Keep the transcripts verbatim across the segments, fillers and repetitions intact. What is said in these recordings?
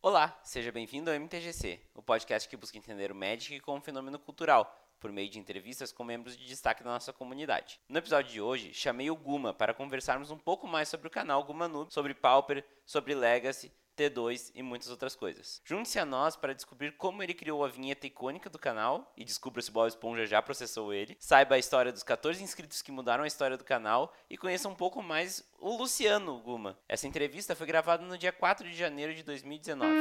Olá, seja bem-vindo ao M T G C, o podcast que busca entender o Magic como um fenômeno cultural, por meio de entrevistas com membros de destaque da nossa comunidade. No episódio de hoje, chamei o Guma para conversarmos um pouco mais sobre o canal Guma Noob, sobre Pauper, sobre Legacy, T dois e muitas outras coisas. Junte-se a nós para descobrir como ele criou a vinheta icônica do canal, e descubra se o Bob Esponja já processou ele, saiba a história dos catorze inscritos que mudaram a história do canal e conheça um pouco mais o Luciano Guma. Essa entrevista foi gravada no dia quatro de janeiro de dois mil e dezenove.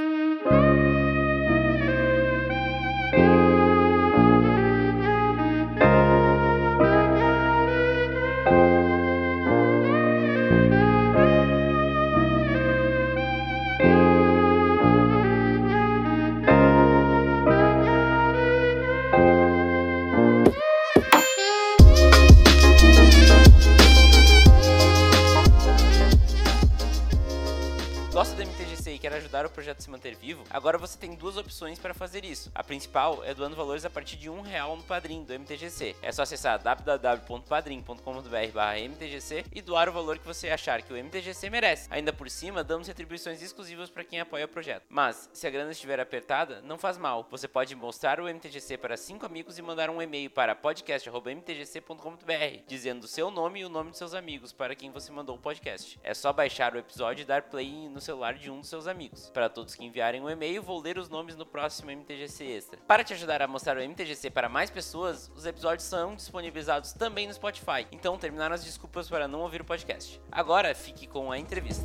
Gosta do M T G C e quer ajudar o projeto a se manter vivo? Agora você tem duas opções para fazer isso. A principal é doando valores a partir de um real no Padrim do M T G C. É só acessar w w w ponto padrim ponto com ponto b r barra M T G C e doar o valor que você achar que o M T G C merece. Ainda por cima, damos retribuições exclusivas para quem apoia o projeto. Mas, se a grana estiver apertada, não faz mal. Você pode mostrar o M T G C para cinco amigos e mandar um e-mail para podcast arroba m t g c ponto com ponto b r, dizendo o seu nome e o nome de seus amigos para quem você mandou o podcast. É só baixar o episódio e dar play no celular de um dos seus amigos. Para todos que enviarem um e-mail, vou ler os nomes no próximo M T G C Extra. Para te ajudar a mostrar o M T G C para mais pessoas, os episódios são disponibilizados também no Spotify. Então terminaram as desculpas para não ouvir o podcast. Agora fique com a entrevista.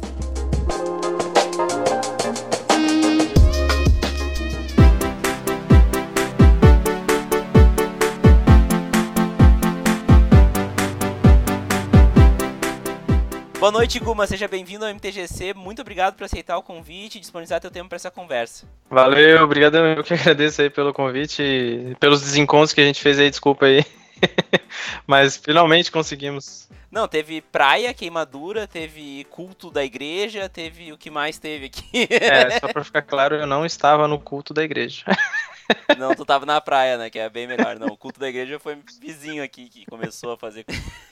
Boa noite, Guma. Seja bem-vindo ao M T G C. Muito obrigado por aceitar o convite e disponibilizar teu tempo para essa conversa. Valeu, obrigado. Eu que agradeço aí pelo convite e pelos desencontros que a gente fez aí, desculpa aí. Mas finalmente conseguimos. Não, teve praia, queimadura, teve culto da igreja, teve o que mais teve aqui. É, só pra ficar claro, eu não estava no culto da igreja. Não, tu tava na praia, né, que é bem melhor. Não, o culto da igreja foi vizinho aqui que começou a fazer.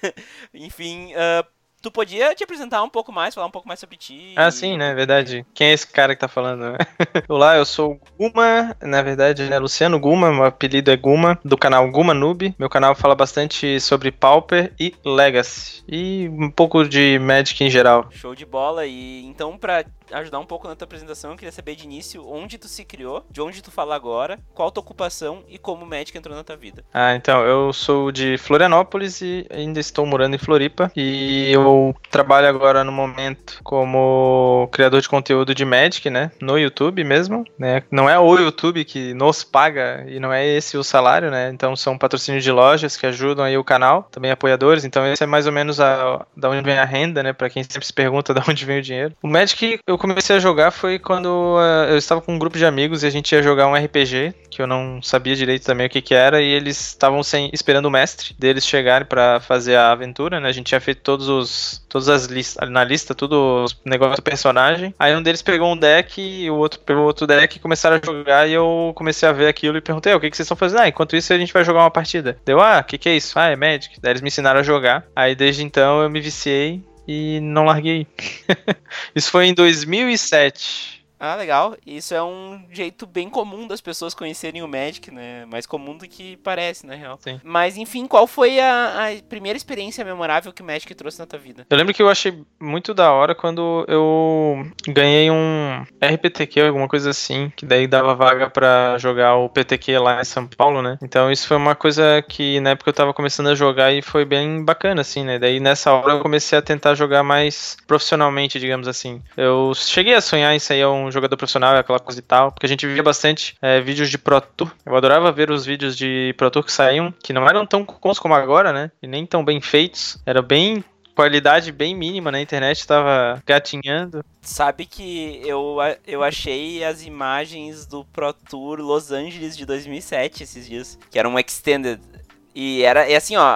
Enfim, uh, tu podia te apresentar um pouco mais, falar um pouco mais sobre ti? Ah, sim, né, verdade. Quem é esse cara que tá falando? Olá, eu sou o Guma, na verdade, né, Luciano Guma, meu apelido é Guma, do canal Guma Noob. Meu canal fala bastante sobre Pauper e Legacy, e um pouco de Magic em geral. Show de bola, e então pra ajudar um pouco na tua apresentação, eu queria saber de início onde tu se criou, de onde tu fala agora, qual a tua ocupação e como o Magic entrou na tua vida. Ah, então, eu sou de Florianópolis e ainda estou morando em Floripa, e eu trabalho agora no momento como criador de conteúdo de Magic, né, no YouTube mesmo, né, não é o YouTube que nos paga e não é esse o salário, né, então são patrocínios de lojas que ajudam aí o canal, também apoiadores, então esse é mais ou menos a, da onde vem a renda, né, pra quem sempre se pergunta de onde vem o dinheiro. O Magic eu comecei a jogar foi quando uh, eu estava com um grupo de amigos e a gente ia jogar um R P G, que eu não sabia direito também o que que era, e eles estavam sem, esperando o mestre deles chegarem pra fazer a aventura, né, a gente tinha feito todos os, todas as listas, na lista, tudo os negócios do personagem, aí um deles pegou um deck e o outro pegou outro deck e começaram a jogar, e eu comecei a ver aquilo e perguntei, o que que vocês estão fazendo? Ah, enquanto isso a gente vai jogar uma partida. Deu, ah, o que que é isso? Ah, é Magic. Daí eles me ensinaram a jogar, aí desde então eu me viciei e não larguei. Isso foi em dois mil e sete. Ah, legal. Isso é um jeito bem comum das pessoas conhecerem o Magic, né? Mais comum do que parece, na real. Sim. Mas, enfim, qual foi a, a primeira experiência memorável que o Magic trouxe na tua vida? Eu lembro que eu achei muito da hora quando eu ganhei um R P T Q, alguma coisa assim, que daí dava vaga pra jogar o P T Q lá em São Paulo, né? Então isso foi uma coisa que na época eu tava começando a jogar e foi bem bacana, assim, né? Daí nessa hora eu comecei a tentar jogar mais profissionalmente, digamos assim. Eu cheguei a sonhar em sair um jogador profissional, aquela coisa e tal, porque a gente via bastante é, vídeos de Pro Tour. Eu adorava ver os vídeos de Pro Tour que saíam, que não eram tão bons como agora, né? E nem tão bem feitos. Era bem qualidade bem mínima na internet, tava gatinhando. Sabe que eu, eu achei as imagens do Pro Tour Los Angeles de dois mil e sete esses dias, que era um extended. E era, é assim, ó,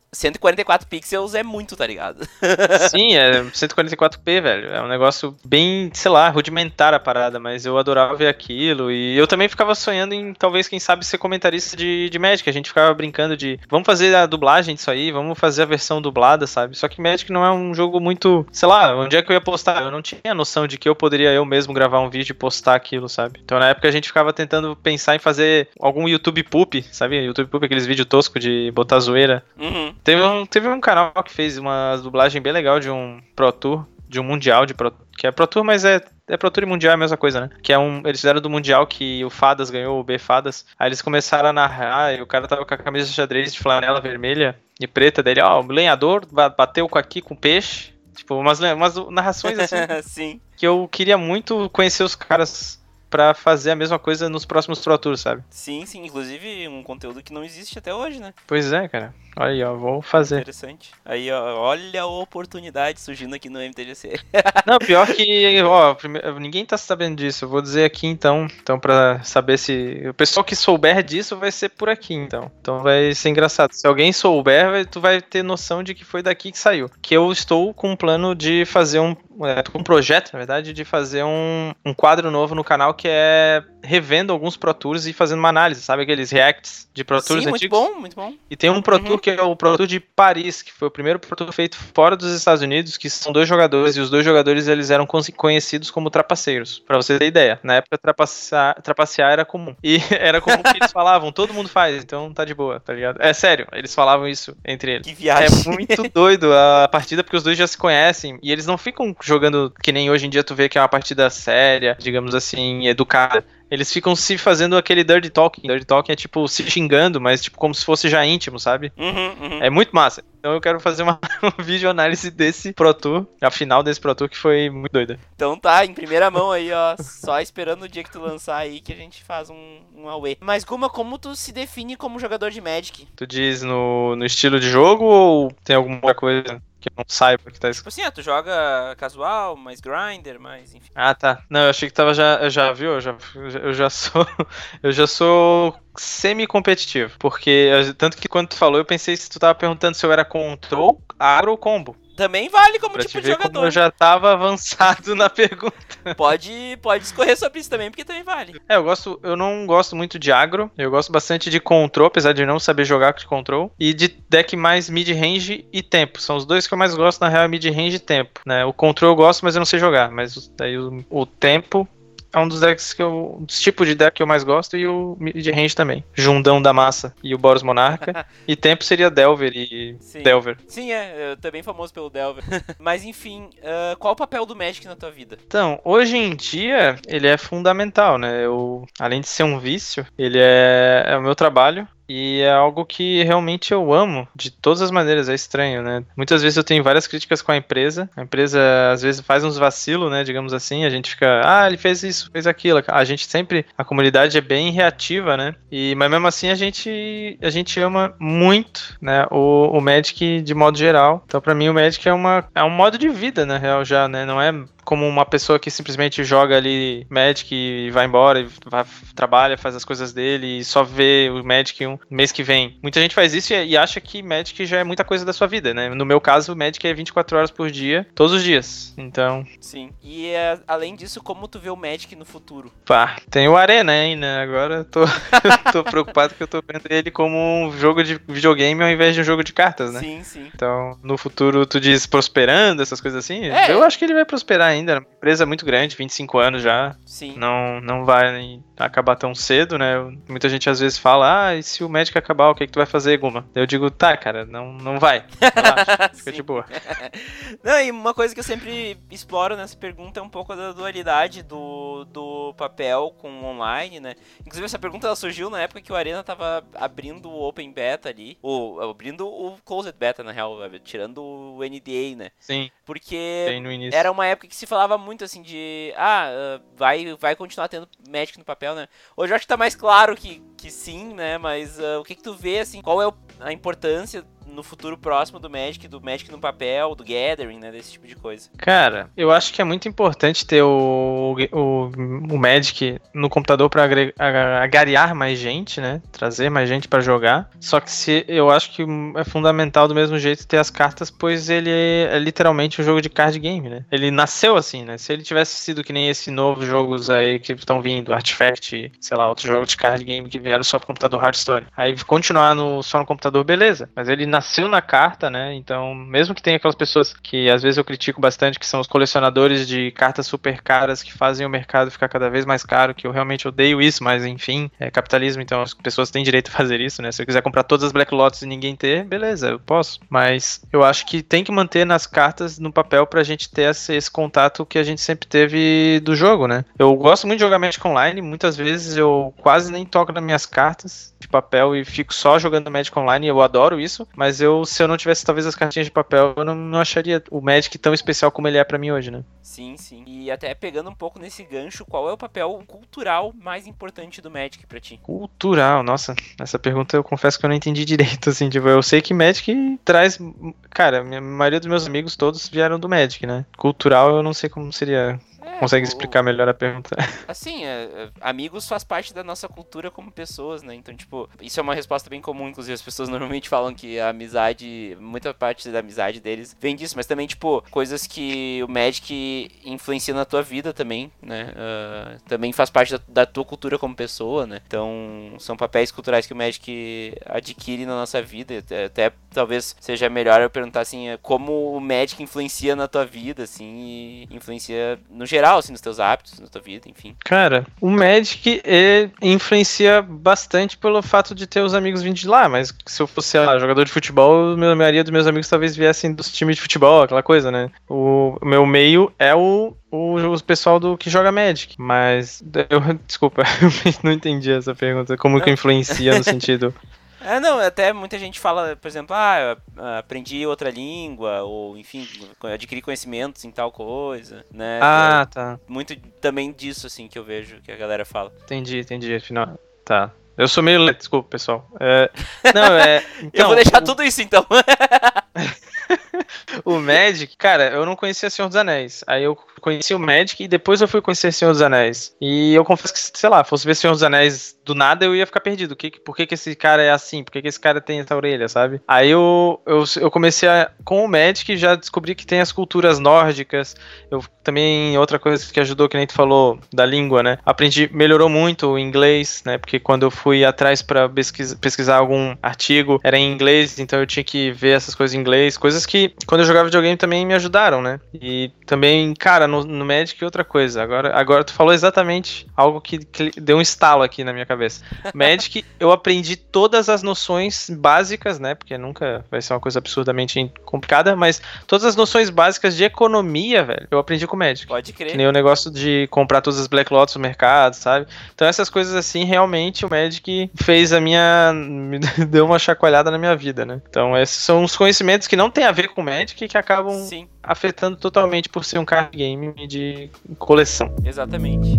cento e quarenta e quatro pixels é muito, tá ligado? Sim, é cento e quarenta e quatro p, velho. É um negócio bem, sei lá, rudimentar a parada, mas eu adorava ver aquilo. E eu também ficava sonhando em, talvez, quem sabe, ser comentarista de, de Magic. A gente ficava brincando de, vamos fazer a dublagem disso aí, vamos fazer a versão dublada, sabe? Só que Magic não é um jogo muito, sei lá, onde é que eu ia postar? Eu não tinha noção de que eu poderia eu mesmo gravar um vídeo e postar aquilo, sabe? Então na época a gente ficava tentando pensar em fazer algum YouTube Poop, sabe? YouTube Poop, aqueles vídeos toscos de botar zoeira. Uhum. Teve um, teve um canal que fez uma dublagem bem legal de um Pro Tour, de um Mundial de Pro, que é Pro Tour, mas é, é Pro Tour e Mundial é a mesma coisa, né? Que é um, eles fizeram do Mundial que o Fadas ganhou, o B Fadas. Aí eles começaram a narrar e o cara tava com a camisa de xadrez de flanela vermelha e preta dele, ó, o lenhador bateu com aqui com peixe. Tipo, umas, umas narrações assim. Sim. Que eu queria muito conhecer os caras pra fazer a mesma coisa nos próximos Pro Tours, sabe? Sim, sim. Inclusive, um conteúdo que não existe até hoje, né? Pois é, cara. Olha aí, ó, vou fazer. Interessante. Aí, ó, olha a oportunidade surgindo aqui no M T G C. Não, pior que, ó, primeiro, ninguém tá sabendo disso. Eu vou dizer aqui então, então pra saber se o pessoal que souber disso vai ser por aqui, então. Então vai ser engraçado. Se alguém souber, vai, tu vai ter noção de que foi daqui que saiu. Que eu estou com um plano de fazer um, é, um projeto, na verdade, de fazer um, um quadro novo no canal que é revendo alguns Pro Tours e fazendo uma análise, sabe? Aqueles reacts de Pro Tours Sim, antigos. muito bom, muito bom. E tem um Pro Uhum. Tour que é o Pro Tour de Paris, que foi o primeiro Pro Tour feito fora dos Estados Unidos, que são dois jogadores, e os dois jogadores eles eram conhecidos como trapaceiros, pra você ter ideia. Na época, trapacear, trapacear era comum. E era comum que eles falavam, todo mundo faz, então tá de boa, tá ligado? É sério, eles falavam isso entre eles. Que viagem. É muito doido a partida, porque os dois já se conhecem, e eles não ficam jogando que nem hoje em dia tu vê que é uma partida séria, digamos assim, educada. Eles ficam se fazendo aquele dirty talking. Dirty talking é tipo se xingando, mas tipo como se fosse já íntimo, sabe? Uhum, uhum. É muito massa. Então eu quero fazer uma um vídeo análise desse Pro Tour, a final desse Pro Tour que foi muito doida. Então tá, em primeira mão aí, ó. Só esperando o dia que tu lançar aí que a gente faz um, um away. Mas Guma, como tu se define como jogador de Magic? Tu diz no, no estilo de jogo ou tem alguma outra coisa que eu não saiba que tá escrito? Tipo assim, ah, tu joga casual, mais grinder, mais enfim. Ah, tá. Não, eu achei que tava já, eu já viu, eu já, eu já sou, eu já sou semi-competitivo, porque tanto que quando tu falou, eu pensei se tu tava perguntando se eu era control, agro ou combo. Também vale como Pra tipo te de ver jogador. como eu já tava avançado na pergunta. Pode, pode escorrer sobre isso também, porque também vale. É, eu gosto, eu não gosto muito de agro, eu gosto bastante de control, apesar de não saber jogar de control, e de deck mais mid-range e tempo. São os dois que eu mais gosto, na real, é mid-range e tempo, né? O control eu gosto, mas eu não sei jogar, mas daí o, o tempo é um dos decks que eu, um dos tipos de deck que eu mais gosto, e o mid-range também. Jundão da Massa e o Boros Monarca. E tempo seria Delver e Sim. Delver. Sim, é, eu tô bem famoso pelo Delver. Mas enfim, uh, qual o papel do Magic na tua vida? Então, hoje em dia, ele é fundamental, né? Eu, além de ser um vício, ele é, é o meu trabalho. E é algo que realmente eu amo, de todas as maneiras, é estranho, né? Muitas vezes eu tenho várias críticas com a empresa, a empresa às vezes faz uns vacilos, né, digamos assim, a gente fica, ah, ele fez isso, fez aquilo, a gente sempre, a comunidade é bem reativa, né, e, mas mesmo assim a gente, a gente ama muito, né, o, o Magic de modo geral, então pra mim o Magic é, uma, é um modo de vida, na real, já, né, não é como uma pessoa que simplesmente joga ali Magic e vai embora, e vai, trabalha, faz as coisas dele e só vê o Magic um mês que vem. Muita gente faz isso e, e acha que Magic já é muita coisa da sua vida, né? No meu caso, o Magic é vinte e quatro horas por dia, todos os dias. Então... Sim. E é, além disso, como tu vê o Magic no futuro? Pá, tem o Arena ainda, agora eu tô, tô preocupado que eu tô vendo ele como um jogo de videogame ao invés de um jogo de cartas, né? Sim, sim. Então, no futuro, tu diz prosperando, essas coisas assim? É. Eu acho que ele vai prosperar ainda. É uma empresa muito grande, vinte e cinco anos já. Sim. Não, não vai acabar tão cedo, né? Muita gente às vezes fala, ah, e se o Magic acabar, o que, é que tu vai fazer, Guma? Eu digo, tá, cara, não, não vai. Relaxa, fica de boa. Não, e uma coisa que eu sempre exploro nessa pergunta é um pouco da dualidade do, do papel com o online, né? Inclusive, essa pergunta ela surgiu na época que o Arena tava abrindo o Open Beta ali, ou abrindo o Closed Beta, na real, tirando o N D A, né? Sim. Porque Tem no início. era uma época que se falava muito assim de, ah, vai, vai continuar tendo Magic no papel, né? Hoje eu acho que tá mais claro que, que sim, né? Mas uh, o que que tu vê, assim, qual é a importância no futuro próximo do Magic, do Magic no papel, do Gathering, né, desse tipo de coisa? Cara, eu acho que é muito importante ter o, o, o Magic no computador pra agre- a- agariar mais gente, né? Trazer mais gente pra jogar. Só que se, eu acho que é fundamental do mesmo jeito ter as cartas, pois ele é, é literalmente um jogo de card game, né? Ele nasceu assim, né? Se ele tivesse sido que nem esse novo jogos aí que estão vindo, Artifact, sei lá, outros jogos de card game que vieram só pro computador Hearthstone. Aí continuar no, só no computador, beleza. Mas ele nasceu na carta, né? Então, mesmo que tenha aquelas pessoas que às vezes eu critico bastante, que são os colecionadores de cartas super caras que fazem o mercado ficar cada vez mais caro, que eu realmente odeio isso, mas enfim, é capitalismo, então as pessoas têm direito a fazer isso, né? Se eu quiser comprar todas as Black Lots e ninguém ter, beleza, eu posso. Mas eu acho que tem que manter nas cartas no papel pra gente ter esse, esse contato que a gente sempre teve do jogo, né? Eu gosto muito de jogar Magic Online, muitas vezes eu quase nem toco nas minhas cartas de papel e fico só jogando Magic Online, eu adoro isso, mas eu, se eu não tivesse talvez as cartinhas de papel, eu não, não acharia o Magic tão especial como ele é pra mim hoje, né? Sim, sim. E até pegando um pouco nesse gancho, qual é o papel cultural mais importante do Magic pra ti? Cultural, nossa, essa pergunta eu confesso que eu não entendi direito, assim, tipo, eu sei que Magic traz, cara, a maioria dos meus amigos todos vieram do Magic, né? Cultural eu não sei como seria. É, Consegue o- explicar melhor a pergunta? Assim, é, é, amigos faz parte da nossa cultura como pessoas, né? Então, tipo, isso é uma resposta bem comum, inclusive as pessoas normalmente falam que a amizade, muita parte da amizade deles vem disso, mas também, tipo, coisas que o Magic influencia na tua vida também, né? Ah, também faz parte da, da tua cultura como pessoa, né? Então, são papéis culturais que o Magic adquire na nossa vida. Até, até talvez seja melhor eu perguntar, assim, é, como o Magic influencia na tua vida, assim, e influencia no geral, assim, nos teus hábitos, na tua vida, enfim. Cara, o Magic ele influencia bastante pelo fato de ter os amigos vindo de lá, mas se eu fosse, sei lá, jogador de futebol, a maioria dos meus amigos talvez viessem dos times de futebol, aquela coisa, né? O meu meio é o O, o pessoal do que joga Magic, mas eu, desculpa, eu não entendi essa pergunta, como que influencia no sentido. É, não, até muita gente fala, por exemplo, ah, eu aprendi outra língua, ou enfim, adquiri conhecimentos em tal coisa, né? Ah, É tá, muito também disso, assim, que eu vejo que a galera fala. entendi, entendi, afinal, tá. Eu sou meio lento, desculpa, pessoal. É, não, é. Então, eu vou deixar o, tudo isso, então. o Magic, cara, eu não conhecia Senhor dos Anéis. Aí eu conheci o Magic e depois eu fui conhecer Senhor dos Anéis. E eu confesso que, sei lá, fosse ver Senhor dos Anéis do nada, eu ia ficar perdido. Que, por que, que esse cara é assim? Por que, que esse cara tem essa orelha, sabe? Aí eu, eu, eu comecei a, com o Magic, já descobri que tem as culturas nórdicas. Eu também, outra coisa que ajudou, que nem tu falou, da língua, né? Aprendi, melhorou muito o inglês, né? Porque quando eu fui atrás pra pesquisa, pesquisar algum artigo, era em inglês, então eu tinha que ver essas coisas em inglês. Coisas que, quando eu jogava videogame, também me ajudaram, né? E também, cara, no, no Magic, outra coisa. Agora, agora tu falou exatamente algo que, que deu um estalo aqui na minha cabeça. Magic, eu aprendi todas as noções básicas, né? Porque nunca vai ser uma coisa absurdamente complicada, mas todas as noções básicas de economia, velho, eu aprendi com Magic. Pode crer. Que nem o negócio de comprar todas as Black Lots no mercado, sabe? Então essas coisas assim, realmente o Magic fez a minha... me deu uma chacoalhada na minha vida, né? Então esses são os conhecimentos que não tem a ver com o Magic e que acabam Sim, afetando totalmente por ser um card game de coleção. exatamente.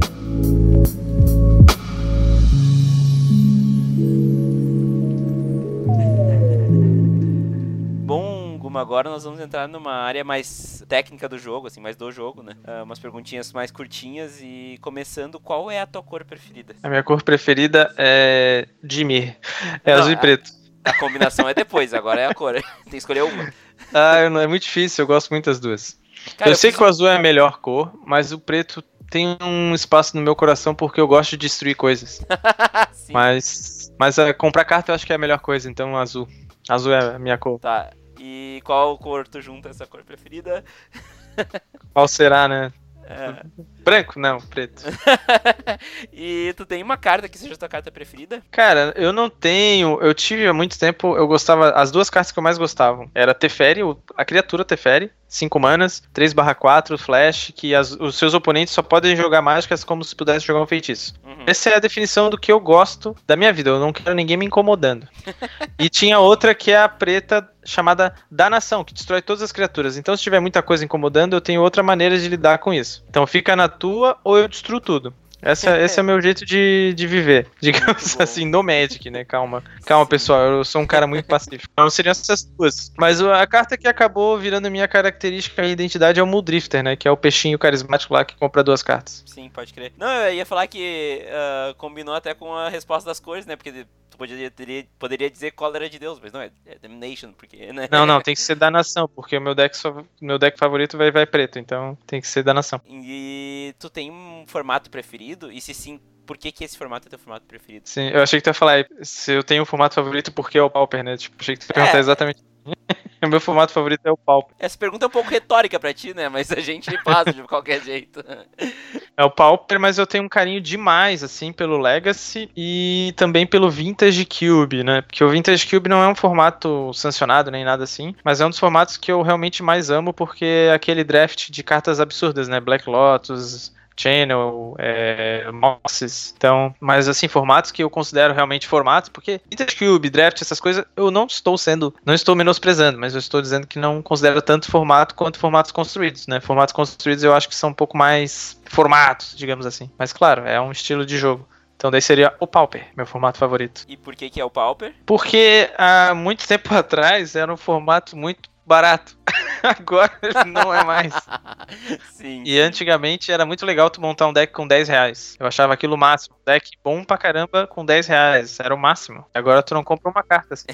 Bom, Guma, agora nós vamos entrar numa área mais técnica do jogo, assim, mais do jogo, né? Ah, umas perguntinhas mais curtinhas e começando, qual é a tua cor preferida? A minha cor preferida é Dimir. É Não, azul e a- preto. A combinação é depois, agora é a cor. Tem que escolher uma. Ah, não é muito difícil, eu gosto muito das duas. Cara, eu sei fiz que o azul é a melhor cor, mas o preto tem um espaço no meu coração porque eu gosto de destruir coisas. Sim. Mas, mas uh, comprar carta eu acho que é a melhor coisa, então azul. Azul é a minha cor. Tá. E qual cor tu junta essa cor preferida? Qual será, né? É. Branco? Não, preto. E tu tem uma carta que seja a tua carta preferida? Cara, eu não tenho. Eu tive há muito tempo. Eu gostava. As duas cartas que eu mais gostava era Teferi, o- a criatura Teferi, cinco manas, três barra quatro, flash, que as- os seus oponentes só podem jogar mágicas como se pudesse jogar um feitiço. Uhum. Essa é a definição do que eu gosto da minha vida. Eu não quero ninguém me incomodando. E tinha outra que é a preta chamada Danação, que destrói todas as criaturas. Então, se tiver muita coisa incomodando, eu tenho outra maneira de lidar com isso. Então, fica na tua ou eu destruo tudo. Essa, esse é o meu jeito de, de viver, digamos assim, no Magic, né? Calma, calma, Sim. pessoal, eu sou um cara muito pacífico. Não seriam essas duas. Mas a carta que acabou virando minha característica e identidade é o Muldrifter, né? Que é o peixinho carismático lá que compra duas cartas. Sim, pode crer. Não, eu ia falar que uh, combinou até com a resposta das cores, né? Porque tu poderia, teria, poderia dizer Cólera de Deus, mas não, é, é Damnation, porque, né? Não, não, tem que ser da nação, porque o meu deck, só, meu deck favorito vai, vai preto, então tem que ser da nação. E tu tem um formato preferido? E se sim, por que que esse formato é teu formato preferido? Sim, eu achei que tu ia falar, se eu tenho um formato favorito, por que é o Pauper, né? Tipo, achei que tu ia perguntar é. exatamente. O meu formato favorito é o Pauper. Essa pergunta é um pouco retórica pra ti, né? Mas a gente faz de qualquer jeito. É o Pauper, mas eu tenho um carinho demais, assim, pelo Legacy e também pelo Vintage Cube, né? Porque o Vintage Cube não é um formato sancionado nem nada assim, mas é um dos formatos que eu realmente mais amo porque é aquele draft de cartas absurdas, né? Black Lotus, Channel, é, Mosses, então, mas assim, formatos que eu considero realmente formatos, porque Vintage Cube, Draft, essas coisas, eu não estou sendo, não estou menosprezando, mas eu estou dizendo que não considero tanto formato quanto formatos construídos, né, formatos construídos eu acho que são um pouco mais formatos, digamos assim, mas claro, é um estilo de jogo. Então daí seria o Pauper, meu formato favorito. E por que que é o Pauper? Porque há muito tempo atrás era um formato muito barato. Agora não é mais. Sim. E antigamente era muito legal tu montar um deck com dez reais. Eu achava aquilo o máximo. Um deck bom pra caramba com dez reais. Era o máximo. Agora tu não compra uma carta assim.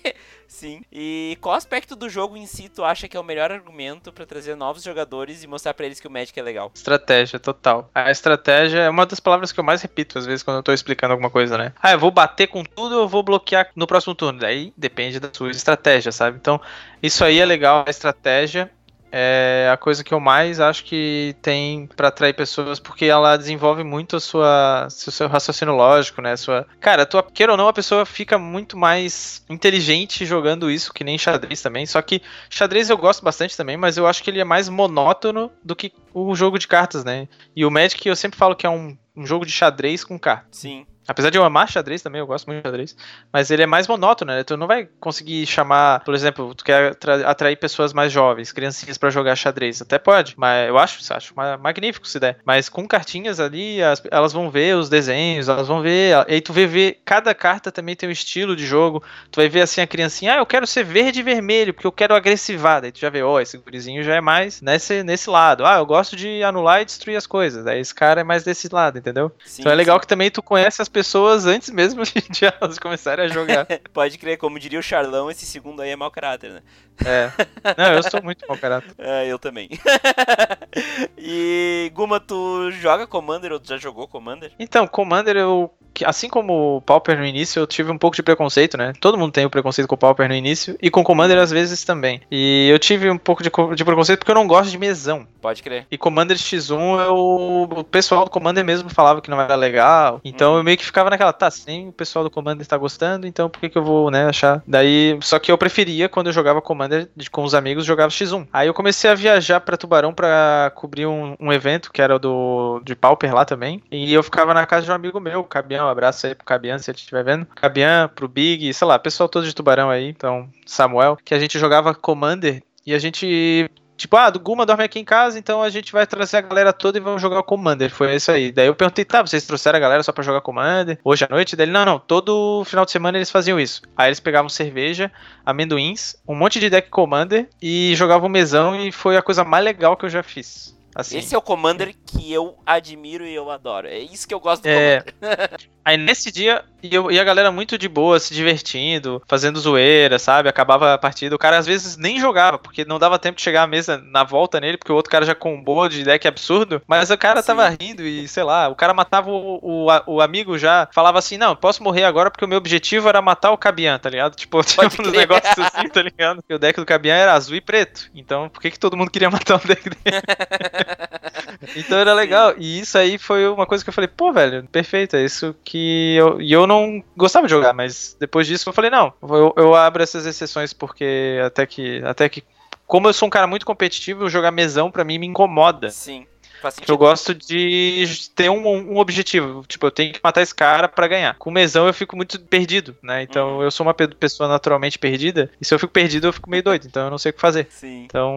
Sim. E qual aspecto do jogo em si tu acha que é o melhor argumento pra trazer novos jogadores e mostrar pra eles que o Magic é legal? Estratégia, total. A estratégia é uma das palavras que eu mais repito às vezes quando eu tô explicando alguma coisa, né? Ah, eu vou bater com tudo ou eu vou bloquear no próximo turno? Daí depende da sua estratégia, sabe? Então, isso aí é legal, a estratégia. É a coisa que eu mais acho que tem pra atrair pessoas, porque ela desenvolve muito a sua, o seu raciocínio lógico, né? Sua... Cara, tu, queira ou não, a pessoa fica muito mais inteligente jogando isso, que nem xadrez também. Só que xadrez eu gosto bastante também, mas eu acho que ele é mais monótono do que o jogo de cartas, né? E o Magic eu sempre falo que é um, um jogo de xadrez com cartas. Sim. Apesar de eu amar xadrez também, eu gosto muito de xadrez, mas ele é mais monótono, né? Tu não vai conseguir chamar, por exemplo, tu quer atrair pessoas mais jovens, criancinhas pra jogar xadrez, até pode, mas eu acho, acho magnífico se der. Mas com cartinhas ali, as, elas vão ver os desenhos, elas vão ver, e aí tu vê, ver, cada carta também tem um estilo de jogo, tu vai ver assim a criancinha, ah, eu quero ser verde e vermelho, porque eu quero agressivar, daí tu já vê, ó, oh, esse gurizinho já é mais nesse, nesse lado, ah, eu gosto de anular e destruir as coisas, aí esse cara é mais desse lado, entendeu? Sim, então é legal sim. que também tu conhece as pessoas pessoas antes mesmo de elas começarem a jogar. Pode crer, como diria o Charlão, esse segundo aí é mau caráter, né? É. Não, eu sou muito mau caráter. É, eu também. E, Guma, tu joga Commander ou tu já jogou Commander? Então, Commander eu... Assim como o Pauper no início, eu tive um pouco de preconceito, né? Todo mundo tem o preconceito com o Pauper no início, e com o Commander às vezes também. E eu tive um pouco de, de preconceito porque eu não gosto de mesão. Pode crer. E Commander X um, eu, o pessoal do Commander mesmo falava que não era legal. Então hum. eu meio que ficava naquela, tá, sim, o pessoal do Commander tá gostando, então por que que eu vou, né, achar? Daí, só que eu preferia, quando eu jogava Commander com os amigos, jogava X um. Aí eu comecei a viajar pra Tubarão pra cobrir um, um evento, que era o do, de Pauper lá também. E eu ficava na casa de um amigo meu, o Cabian, um abraço aí pro Cabian, se ele estiver vendo. Cabian, pro Big, sei lá, pessoal todo de Tubarão aí, então, Samuel, que a gente jogava Commander e a gente... Tipo, ah, do Guma dorme aqui em casa, então a gente vai trazer a galera toda e vamos jogar Commander. Foi isso aí. Daí eu perguntei, tá, vocês trouxeram a galera só pra jogar Commander? Hoje à noite? Daí ele, não, não, todo final de semana eles faziam isso. Aí eles pegavam cerveja, amendoins, um monte de deck Commander e jogavam mesão e foi a coisa mais legal que eu já fiz. Assim. Esse é o Commander que eu admiro e eu adoro. É isso que eu gosto do é... Commander. Aí nesse dia, e, eu, e a galera muito de boa, se divertindo, fazendo zoeira, sabe? Acabava a partida. O cara às vezes nem jogava, porque não dava tempo de chegar à mesa na volta nele, porque o outro cara já combou de deck absurdo. Mas o cara Sim. tava rindo e, sei lá, o cara matava o, o, o amigo já, falava assim, não, posso morrer agora porque o meu objetivo era matar o Cabian, tá ligado? Tipo, tinha uns negócios assim, tá ligado? E o deck do Cabian era azul e preto. Então, por que que todo mundo queria matar o deck dele? Então era legal. Sim. E isso aí foi uma coisa que eu falei, pô, velho, perfeito, é isso que E eu, e eu não gostava de jogar, mas depois disso eu falei, não, eu, eu abro essas exceções porque até que, até que, como eu sou um cara muito competitivo, jogar mesão pra mim me incomoda. Sim. Eu gosto de ter um, um objetivo, tipo, eu tenho que matar esse cara pra ganhar. Com mesão eu fico muito perdido, né? Então uhum. eu sou uma pessoa naturalmente perdida, e se eu fico perdido eu fico meio doido, então eu não sei o que fazer. Sim. Então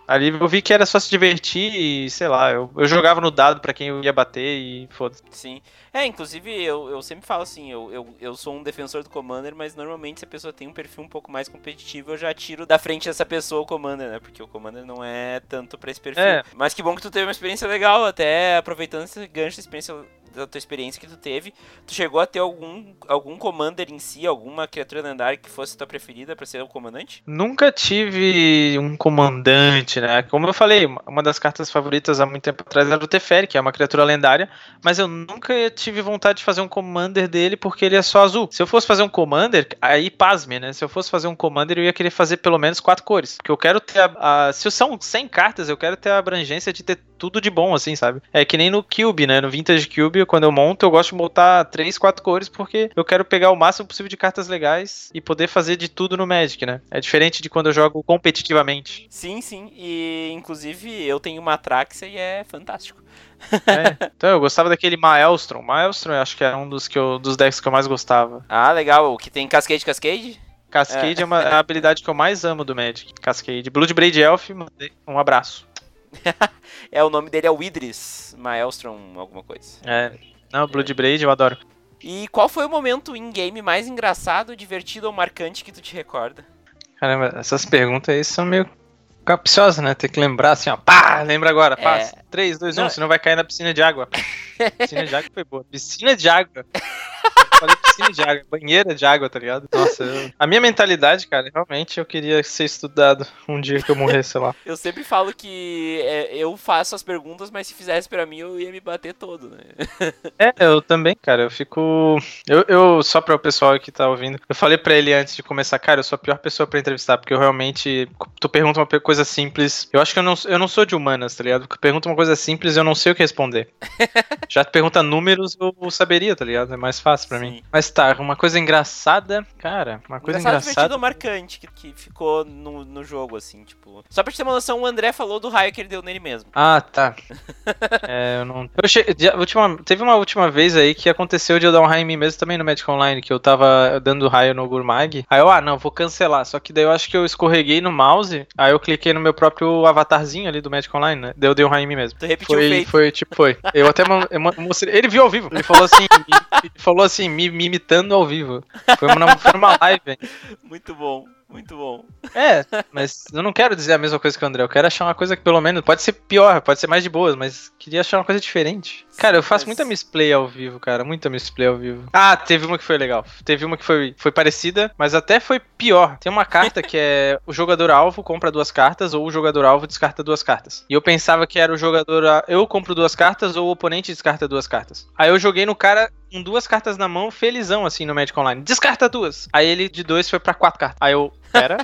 Ali eu vi que era só se divertir e, sei lá, eu, eu jogava no dado pra quem eu ia bater e foda-se. Sim. É, inclusive, eu, eu sempre falo assim, eu, eu, eu sou um defensor do Commander, mas normalmente se a pessoa tem um perfil um pouco mais competitivo, eu já tiro da frente dessa pessoa o Commander, né? Porque o Commander não é tanto pra esse perfil. É. Mas que bom que tu teve uma experiência legal, até aproveitando esse gancho da experiência da tua experiência que tu teve, tu chegou a ter algum, algum Commander em si, alguma criatura lendária que fosse tua preferida pra ser o comandante? Nunca tive um comandante, né? Como eu falei, uma das cartas favoritas há muito tempo atrás era o Teferi, que é uma criatura lendária, mas eu nunca tive vontade de fazer um Commander dele porque ele é só azul. Se eu fosse fazer um Commander, aí pasme, né? Se eu fosse fazer um Commander, eu ia querer fazer pelo menos quatro cores, porque eu quero ter a, a se são cem cartas, eu quero ter a abrangência de ter tudo de bom, assim, sabe? É que nem no Cube, né? No Vintage Cube, quando eu monto, eu gosto de botar três, quatro cores, porque eu quero pegar o máximo possível de cartas legais e poder fazer de tudo no Magic, né? É diferente de quando eu jogo competitivamente. Sim, sim. E, inclusive, eu tenho uma Atraxa e é fantástico. É. Então, eu gostava daquele Maelstrom. Maelstrom, eu acho que era um dos, que eu, dos decks que eu mais gostava. Ah, legal. O que tem Cascade Cascade? Cascade é, é uma, é a habilidade que eu mais amo do Magic. Cascade. Bloodbraid Elf, um abraço. É, o nome dele é o Idris Maelstrom, alguma coisa. É, não, Bloodbraid eu adoro. E qual foi o momento in-game mais engraçado, divertido ou marcante que tu te recorda? Caramba, essas perguntas aí são meio capciosas, né? Tem que lembrar assim, ó, pá, lembra agora, pá, É... três, dois, um, não... senão vai cair na piscina de água. Piscina de água foi boa. Piscina de água. Falei piscina de água, banheira de água, tá ligado? Nossa, eu... a minha mentalidade, cara, realmente eu queria ser estudado um dia que eu morresse, sei lá. Eu sempre falo que é, eu faço as perguntas, mas se fizesse pra mim eu ia me bater todo, né? É, eu também, cara, eu fico... Eu, eu, só pra o pessoal que tá ouvindo, eu falei pra ele antes de começar, cara, eu sou a pior pessoa pra entrevistar, porque eu realmente... Tu pergunta uma coisa simples, eu acho que eu não, eu não sou de humanas, tá ligado? Porque pergunta uma coisa simples, eu não sei o que responder. Já te pergunta números, eu saberia, tá ligado? É mais fácil pra Sim. mim. Mas tá, uma coisa engraçada, cara, uma coisa engraçado, engraçada. divertido ou marcante que, que ficou no, no jogo, assim, tipo... Só pra te ter uma noção, o André falou do raio que ele deu nele mesmo. Ah, tá. é, eu não... Eu che... última... Teve uma última vez aí que aconteceu de eu dar um raio em mim mesmo também no Magic Online, que eu tava dando raio no Gurmag. Aí eu, ah, não, vou cancelar. Só que daí eu acho que eu escorreguei no mouse, aí eu cliquei no meu próprio avatarzinho ali do Magic Online, né? Daí eu dei um raio em mim mesmo. Tu repetiu foi, o feito. Foi, tipo, foi. Eu até mostrei... Ele viu ao vivo. Ele falou assim, ele falou assim, me, me imitando ao vivo. Foi uma, foi uma live, hein? Muito bom, muito bom. É, mas eu não quero dizer a mesma coisa que o André. Eu quero achar uma coisa que pelo menos pode ser pior, pode ser mais de boas, mas queria achar uma coisa diferente. Cara, eu faço mas... muita misplay ao vivo, cara. Muita misplay ao vivo. Ah, teve uma que foi legal. Teve uma que foi, foi parecida, mas até foi pior. Tem uma carta que é o jogador alvo compra duas cartas ou o jogador alvo descarta duas cartas. E eu pensava que era o jogador... Eu compro duas cartas ou o oponente descarta duas cartas. Aí eu joguei no cara com duas cartas na mão, felizão assim no Magic Online. Descarta duas. Aí ele de dois foi pra quatro cartas. Aí eu... Pera...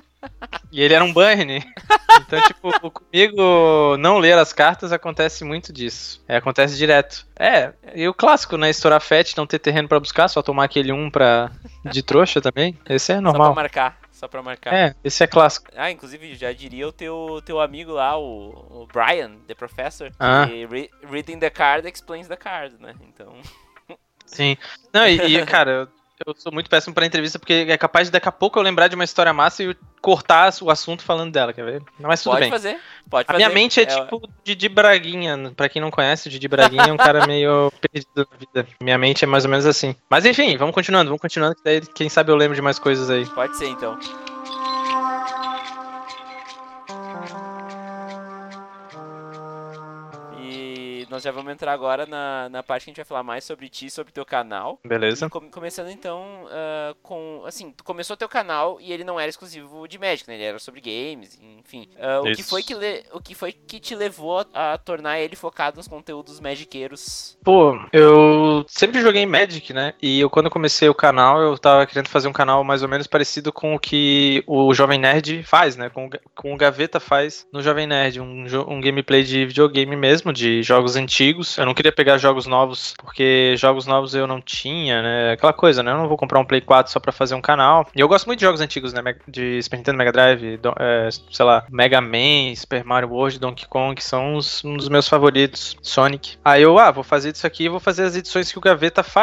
E ele era um burn. Então, tipo, comigo não ler as cartas acontece muito disso. É, acontece direto. É, e o clássico, né? Estourar fat, não ter terreno pra buscar, só tomar aquele um pra... de trouxa também. Esse é normal. Só pra marcar. Só pra marcar. É, esse é clássico. Ah, inclusive, já diria o teu, teu amigo lá, o, o Brian, The Professor. Ah. Que re reading the card explains the card, né? Então... Sim. Não, e, e cara... Eu... Eu sou muito péssimo pra entrevista, porque é capaz de daqui a pouco eu lembrar de uma história massa e cortar o assunto falando dela, quer ver? Mas tudo pode bem. Fazer, pode a fazer. Minha mente é, é tipo o Didi Braguinha. Pra quem não conhece, o Didi Braguinha é um cara meio perdido na vida. Minha mente é mais ou menos assim. Mas enfim, vamos continuando, vamos continuando, que daí quem sabe eu lembro de mais coisas aí. Pode ser, então. Nós já vamos entrar agora na, na parte que a gente vai falar mais sobre ti, sobre teu canal. Beleza. Com, começando então uh, com, assim, tu começou teu canal e ele não era exclusivo de Magic, né? Ele era sobre games, enfim. Uh, o, que foi que le, o que foi que te levou a, a tornar ele focado nos conteúdos magiqueiros? Pô, eu sempre joguei Magic, né? E eu, quando eu comecei o canal, eu tava querendo fazer um canal mais ou menos parecido com o que o Jovem Nerd faz, né? Com, com o Gaveta faz no Jovem Nerd. Um, um gameplay de videogame mesmo, de jogos antigos. Eu não queria pegar jogos novos, porque jogos novos eu não tinha, né? Aquela coisa, né? Eu não vou comprar um Play quatro só pra fazer um canal. E eu gosto muito de jogos antigos, né? De Super Nintendo, Mega Drive, do, é, sei lá, Mega Man, Super Mario World, Donkey Kong, que são uns, um dos meus favoritos. Sonic. Aí eu, ah, vou fazer isso aqui e vou fazer as edições que o Gaveta faz,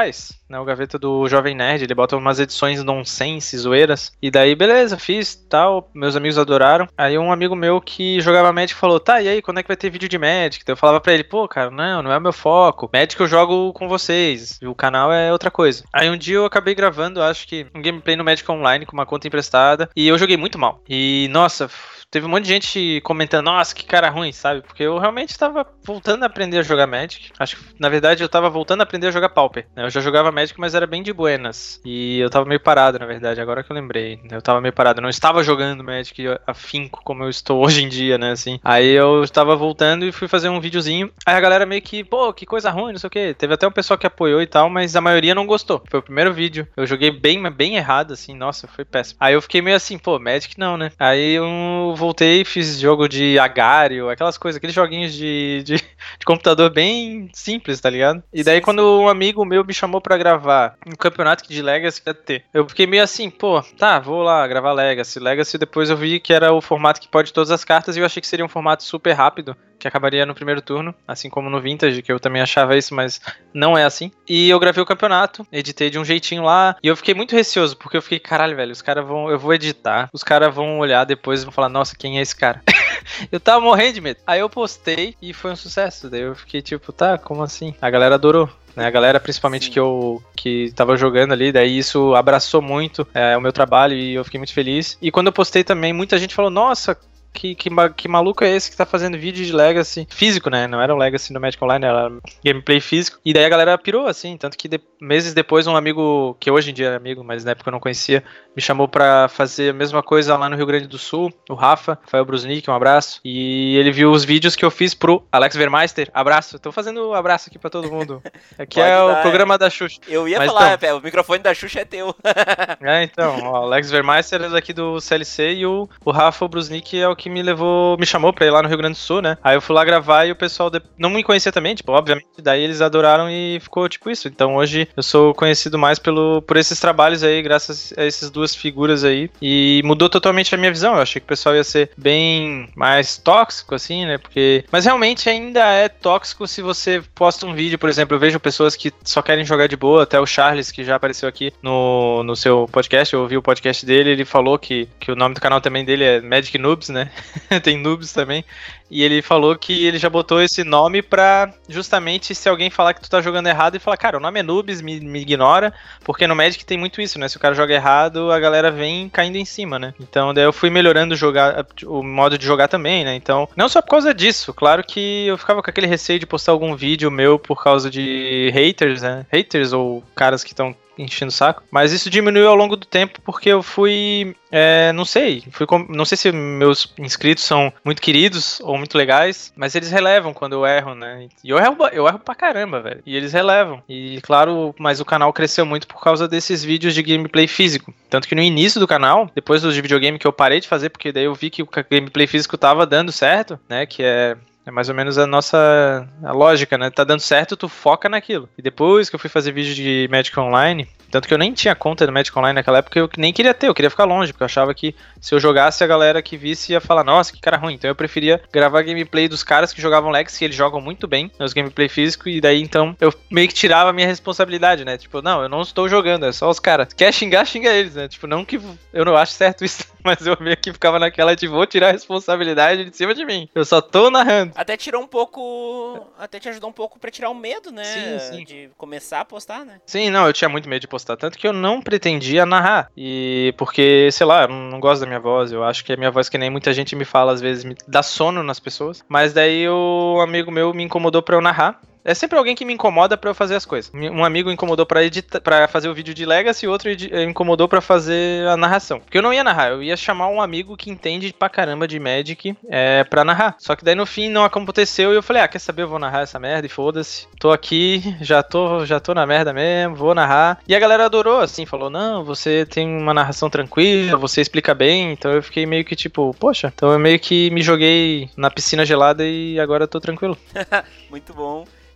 né, o Gaveta do Jovem Nerd, ele bota umas edições nonsense, zoeiras, e daí beleza, fiz, tal, meus amigos adoraram. Aí um amigo meu que jogava Magic falou, tá, e aí, quando é que vai ter vídeo de Magic? Então eu falava pra ele, pô, cara, não, não é o meu foco, Magic eu jogo com vocês, o canal é outra coisa. Aí um dia eu acabei gravando, acho que um gameplay no Magic Online com uma conta emprestada, e eu joguei muito mal. E, nossa, teve um monte de gente comentando, nossa, que cara ruim, sabe? Porque eu realmente tava voltando a aprender a jogar Magic. Acho que, na verdade, eu tava voltando a aprender a jogar Pauper, né? Eu já jogava Magic, mas era bem de buenas. E eu tava meio parado, na verdade, agora que eu lembrei. Eu tava meio parado, eu não estava jogando Magic afinco como eu estou hoje em dia, né, assim. Aí eu estava voltando e fui fazer um videozinho. Aí a galera meio que, pô, que coisa ruim, não sei o quê. Teve até um pessoal que apoiou e tal, mas a maioria não gostou. Foi o primeiro vídeo. Eu joguei bem, bem errado, assim, nossa, foi péssimo. Aí eu fiquei meio assim, pô, Magic não, né? Aí eu voltei, fiz jogo de Agario, aquelas coisas, aqueles joguinhos de, de, de computador bem simples, tá ligado? E daí quando um amigo meu me chamou pra gravar um campeonato de Legacy ia ter, eu fiquei meio assim, pô, tá, vou lá gravar Legacy. Legacy depois eu vi que era o formato que pode todas as cartas e eu achei que seria um formato super rápido, que acabaria no primeiro turno, assim como no Vintage, que eu também achava isso, mas não é assim. E eu gravei o campeonato, editei de um jeitinho lá, e eu fiquei muito receoso, porque eu fiquei, caralho, velho, os caras vão, eu vou editar, os caras vão olhar depois e vão falar, nossa, quem é esse cara? Eu tava morrendo de medo. Aí eu postei e foi um sucesso, daí eu fiquei tipo, tá, como assim? A galera adorou. Né, a galera, principalmente Sim. que eu que tava jogando ali, daí isso abraçou muito é, o meu trabalho e eu fiquei muito feliz. E quando eu postei também, muita gente falou, nossa, Que, que, que maluco é esse que tá fazendo vídeo de Legacy físico, né? Não era um Legacy no Magic Online, era gameplay físico. E daí a galera pirou, assim. Tanto que de, meses depois um amigo, que hoje em dia é amigo, mas na época eu não conhecia, me chamou pra fazer a mesma coisa lá no Rio Grande do Sul. O Rafa, Rafael Brusnik, um abraço. E ele viu os vídeos que eu fiz pro Alex Vermeister. Abraço. Tô fazendo um abraço aqui pra todo mundo. Aqui é dar, o programa é. da Xuxa. Eu ia mas falar, então, o microfone da Xuxa é teu. É, então. O Alex Vermeister é daqui do C L C e o, o Rafa Brusnik é o que me levou, me chamou pra ir lá no Rio Grande do Sul, né? Aí eu fui lá gravar e o pessoal de... não me conhecia também, tipo, obviamente, daí eles adoraram e ficou tipo isso. Então hoje eu sou conhecido mais pelo, por esses trabalhos aí, graças a essas duas figuras aí. E mudou totalmente a minha visão. Eu achei que o pessoal ia ser bem mais tóxico, assim, né? Porque... Mas realmente ainda é tóxico se você posta um vídeo, por exemplo, eu vejo pessoas que só querem jogar de boa, até o Charles, que já apareceu aqui no, no seu podcast, eu ouvi o podcast dele, ele falou que, que o nome do canal também dele é Magic Noobs, né? Tem noobs também. E ele falou que ele já botou esse nome pra justamente se alguém falar que tu tá jogando errado e falar, cara, o nome é noobs, me, me ignora, porque no Magic tem muito isso, né? Se o cara joga errado, a galera vem caindo em cima, né? Então daí eu fui melhorando jogar, o modo de jogar também, né? Então, não só por causa disso, claro que eu ficava com aquele receio de postar algum vídeo meu por causa de haters, né? Haters ou caras que estão enchendo o saco, mas isso diminuiu ao longo do tempo porque eu fui, é, não sei, fui com, não sei se meus inscritos são muito queridos ou muito legais, mas eles relevam quando eu erro, né? E eu erro, eu erro pra caramba, velho. E eles relevam. E claro, mas o canal cresceu muito por causa desses vídeos de gameplay físico. Tanto que no início do canal, depois dos de videogame que eu parei de fazer, porque daí eu vi que o gameplay físico tava dando certo, né? Que é É mais ou menos a nossa a lógica, né? Tá dando certo, tu foca naquilo. E depois que eu fui fazer vídeo de Magic Online, tanto que eu nem tinha conta do Magic Online naquela época, eu nem queria ter, eu queria ficar longe, porque eu achava que se eu jogasse, a galera que visse ia falar, nossa, que cara ruim. Então eu preferia gravar gameplay dos caras que jogavam Legacy, que eles jogam muito bem nos gameplay físicos, e daí então eu meio que tirava a minha responsabilidade, né? Tipo, não, eu não estou jogando, é só os caras. Quer xingar, xinga eles, né? Tipo, não que eu não acho certo isso, mas eu meio que ficava naquela de vou tirar a responsabilidade de cima de mim. Eu só tô narrando. Até tirou um pouco, até te ajudou um pouco pra tirar o medo, né? Sim, sim. De começar a postar, né? Sim, não, eu tinha muito medo de postar, tanto que eu não pretendia narrar. E porque, sei lá, eu não gosto da minha voz, eu acho que a minha voz, que nem muita gente me fala, às vezes me dá sono nas pessoas. Mas daí o amigo meu me incomodou pra eu narrar. É sempre alguém que me incomoda pra eu fazer as coisas. Um amigo incomodou pra, editar, pra fazer o vídeo de Legacy e outro incomodou pra fazer a narração. Porque eu não ia narrar, eu ia chamar um amigo que entende pra caramba de Magic é, pra narrar. Só que daí no fim não aconteceu e eu falei, ah, quer saber, eu vou narrar essa merda e foda-se. Tô aqui, já tô, já tô na merda mesmo, vou narrar. E a galera adorou, assim, falou, não, você tem uma narração tranquila, você explica bem. Então eu fiquei meio que tipo, poxa, então eu meio que me joguei na piscina gelada e agora eu tô tranquilo. Muito bom.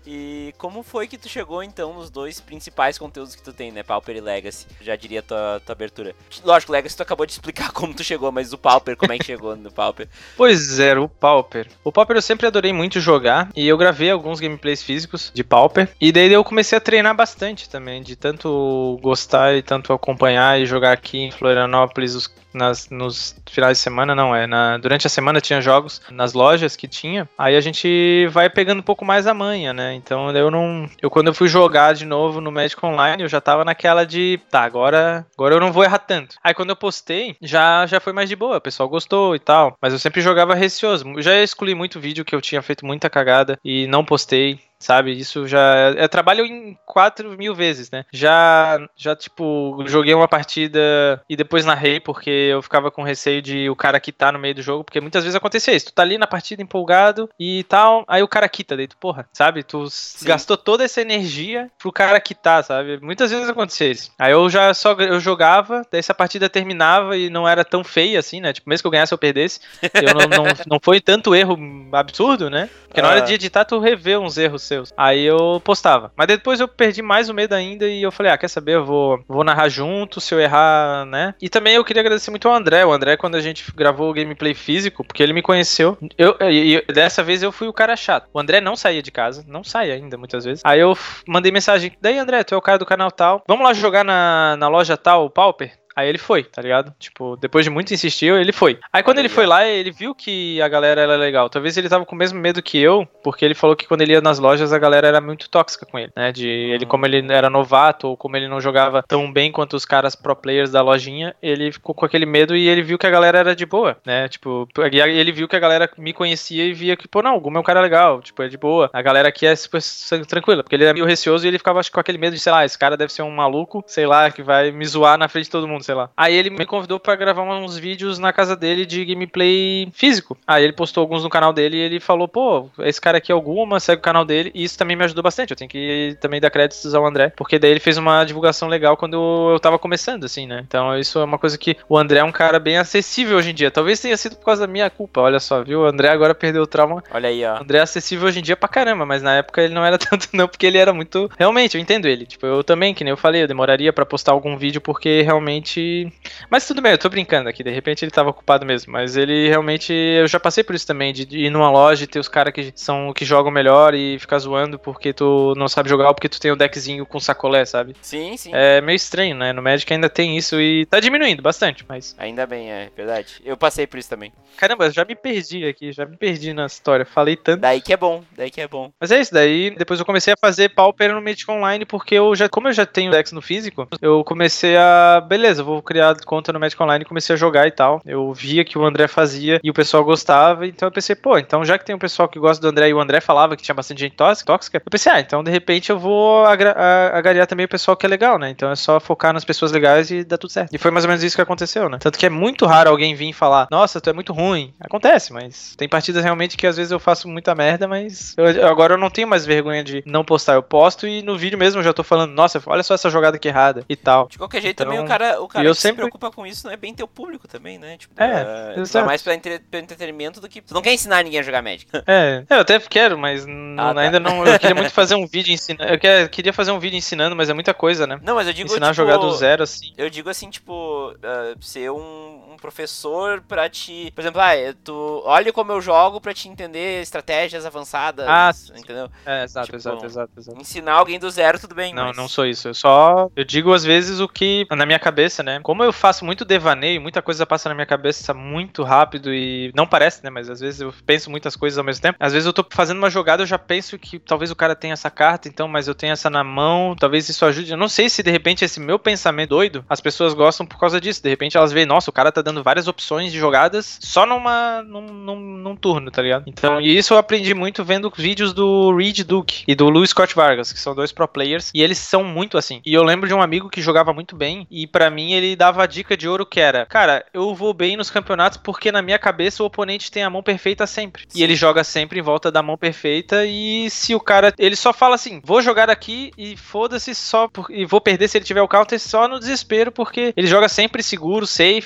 E como foi que tu chegou, então, nos dois principais conteúdos que tu tem, né? Pauper e Legacy. Já diria tua, tua abertura. Lógico, Legacy tu acabou de explicar como tu chegou, mas o Pauper, como é que chegou no Pauper? Pois é, o Pauper. O Pauper eu sempre adorei muito jogar, e eu gravei alguns gameplays físicos de Pauper, e daí eu comecei a treinar bastante também, de tanto gostar e tanto acompanhar e jogar aqui em Florianópolis os Nas, nos finais de semana, não, é, na, durante a semana tinha jogos nas lojas que tinha, aí a gente vai pegando um pouco mais a manha, né, então eu não, eu quando eu fui jogar de novo no Magic Online, eu já tava naquela de, tá, agora, agora eu não vou errar tanto, aí quando eu postei, já, já foi mais de boa, o pessoal gostou e tal, mas eu sempre jogava receoso, eu já excluí muito vídeo que eu tinha feito muita cagada e não postei, sabe, isso já é, é trabalho em quatro mil vezes, né, já, já, tipo, joguei uma partida e depois narrei, porque eu ficava com receio de o cara quitar no meio do jogo, porque muitas vezes acontecia isso, tu tá ali na partida empolgado e tal, aí o cara quita, daí tu, porra, sabe, tu Sim. gastou toda essa energia pro cara quitar, sabe, muitas vezes acontecia isso, aí eu já só, eu jogava, daí essa partida terminava e não era tão feia assim, né, tipo, mesmo que eu ganhasse ou perdesse, eu não, não, não foi tanto erro absurdo, né, porque na hora de editar tu revê uns erros seus. Aí eu postava. Mas depois eu perdi mais o medo ainda e eu falei, ah, quer saber? Eu vou, vou narrar junto, se eu errar, né? E também eu queria agradecer muito ao André. O André, quando a gente gravou o gameplay físico, porque ele me conheceu, eu, e dessa vez eu fui o cara chato. O André não saía de casa, não sai ainda muitas vezes. Aí eu mandei mensagem, daí André, tu é o cara do canal tal, vamos lá jogar na, na loja tal, o Pauper? Aí ele foi, tá ligado? Tipo, depois de muito insistir, ele foi. Aí quando ele foi lá, ele viu que a galera era legal. Talvez ele tava com o mesmo medo que eu, porque ele falou que quando ele ia nas lojas, a galera era muito tóxica com ele, né? De ele, como ele era novato, ou como ele não jogava tão bem quanto os caras pro players da lojinha, ele ficou com aquele medo e ele viu que a galera era de boa, né? Tipo, ele viu que a galera me conhecia e via que, pô, não, o Guma é um cara legal, tipo, é de boa. A galera aqui é super tranquila, porque ele era meio receoso e ele ficava, acho, com aquele medo de, sei lá, esse cara deve ser um maluco, sei lá, que vai me zoar na frente de todo mundo, sei lá. Aí ele me convidou pra gravar uns vídeos na casa dele de gameplay físico. Aí ele postou alguns no canal dele e ele falou, pô, esse cara aqui é o Guma, segue o canal dele. E isso também me ajudou bastante. Eu tenho que também dar créditos ao André, porque daí ele fez uma divulgação legal quando eu tava começando, assim, né? Então isso é uma coisa que o André é um cara bem acessível hoje em dia. Talvez tenha sido por causa da minha culpa, olha só, viu? O André agora perdeu o trauma. Olha aí, ó. O André é acessível hoje em dia pra caramba, mas na época ele não era tanto não, porque ele era muito... Realmente, eu entendo ele. Tipo, eu também, que nem eu falei, eu demoraria pra postar algum vídeo porque realmente... Mas tudo bem, eu tô brincando aqui, de repente ele tava ocupado mesmo, mas ele realmente, eu já passei por isso também, de ir numa loja e ter os caras que são que jogam melhor e ficar zoando porque tu não sabe jogar ou porque tu tem um deckzinho com sacolé, sabe? Sim, sim. É meio estranho, né? No Magic ainda tem isso e tá diminuindo bastante, mas... Ainda bem, é verdade. Eu passei por isso também. Caramba, eu já me perdi aqui, já me perdi na história, falei tanto. Daí que é bom, daí que é bom. Mas é isso, daí depois eu comecei a fazer Pauper no Magic Online porque eu já, como eu já tenho decks no físico, eu comecei a, beleza, eu vou criar conta no Magic Online e comecei a jogar e tal. Eu via que o André fazia e o pessoal gostava, então eu pensei, pô, então já que tem um pessoal que gosta do André e o André falava que tinha bastante gente tóxica, eu pensei, ah, então de repente eu vou agra- agariar também o pessoal que é legal, né? Então é só focar nas pessoas legais e dá tudo certo. E foi mais ou menos isso que aconteceu, né? Tanto que é muito raro alguém vir falar, nossa, tu é muito ruim. Acontece, mas tem partidas realmente que às vezes eu faço muita merda, mas eu, agora eu não tenho mais vergonha de não postar. Eu posto e no vídeo mesmo eu já tô falando, nossa, olha só essa jogada aqui errada e tal. De qualquer jeito, então, também o cara, o cara eu que sempre... se preocupa com isso não é bem teu público também, né? Tipo, é, uh, é mais pra, entre... pra entretenimento do que... Tu não quer ensinar ninguém a jogar Magic. É, eu até quero, mas n- Ah, tá. ainda não... Eu queria muito fazer um vídeo ensinando... Eu quer- queria fazer um vídeo ensinando, mas é muita coisa, né? Não, mas eu digo, Ensinar tipo, a jogar do zero, assim. Eu digo assim, tipo, uh, ser um, um professor pra te... Por exemplo, ah, tu olha como eu jogo pra te entender estratégias avançadas, Ah, entendeu? É, exato, Tipo, exato, exato, exato. Ensinar alguém do zero, tudo bem, Não, mas... não sou isso. Eu só... Eu digo às vezes o que... Na minha cabeça, né? Como eu faço muito devaneio, muita coisa passa na minha cabeça muito rápido e... Não parece, né? Mas às vezes eu penso muitas coisas ao mesmo tempo. Às vezes eu tô fazendo uma jogada, eu já penso que talvez o cara tenha essa carta, então, mas eu tenho essa na mão, talvez isso ajude. Eu não sei se de repente esse meu pensamento doido, as pessoas gostam por causa disso. De repente elas veem, nossa, o cara tá dando várias opções de jogadas só numa... Num, num, num turno, tá ligado? Então, e isso eu aprendi muito vendo vídeos do Reed Duke e do Luis Scott Vargas, que são dois pro players, e eles são muito assim. E eu lembro de um amigo que jogava muito bem, e pra mim ele dava a dica de ouro que era, cara, eu vou bem nos campeonatos porque na minha cabeça o oponente tem a mão perfeita sempre. Sim. E ele joga sempre em volta da mão perfeita, e se o cara, ele só fala assim, vou jogar aqui e foda-se só, por, e vou perder se ele tiver o counter só no desespero, porque ele joga sempre seguro, safe, ele vai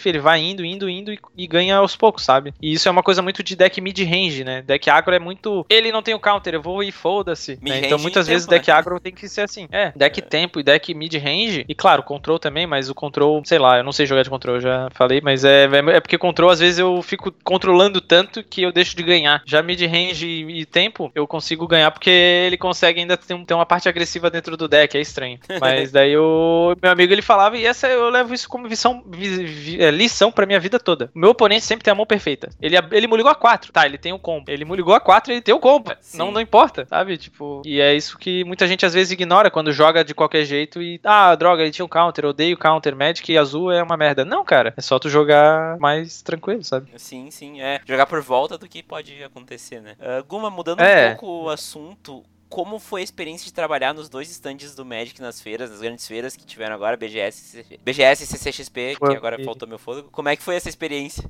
indo, indo, indo e, e ganha aos poucos, sabe? E isso é uma coisa muito de deck mid-range, né? Deck agro é muito... Ele não tem o counter, eu vou e foda-se. Né? Então muitas vezes o deck né? agro tem que ser assim. É, deck é. tempo e deck mid-range. E claro, control também, mas o control, sei lá, eu não sei jogar de control, eu já falei, mas é, é porque control às vezes eu fico controlando tanto que eu deixo de ganhar. Já mid-range e, e tempo, eu consigo ganhar porque ele consegue ainda ter, ter uma parte agressiva dentro do deck, é estranho. Mas daí o meu amigo ele falava, e essa eu levo isso como lição, vi, vi, é, lição pra minha vida toda. O meu oponente sempre tem a mão perfeita. Ele, ele me ligou a quatro, tá, ele tem o combo. Ele me ligou a quatro e ele tem o combo. Não, não importa, sabe? Tipo, e é isso que muita gente às vezes ignora quando joga de qualquer jeito e, ah, droga, ele tinha um counter, eu odeio counter, Magic e azul é uma merda. Não, cara, é só tu jogar mais tranquilo, sabe? Sim, sim, é. Jogar por volta do que pode acontecer, né? Uh, Guma, mudando é. um pouco o assunto, como foi a experiência de trabalhar nos dois stands do Magic nas feiras, nas grandes feiras que tiveram agora, B G S, B G S e C C X P, foi. Que agora faltou meu fôlego. Como é que foi essa experiência?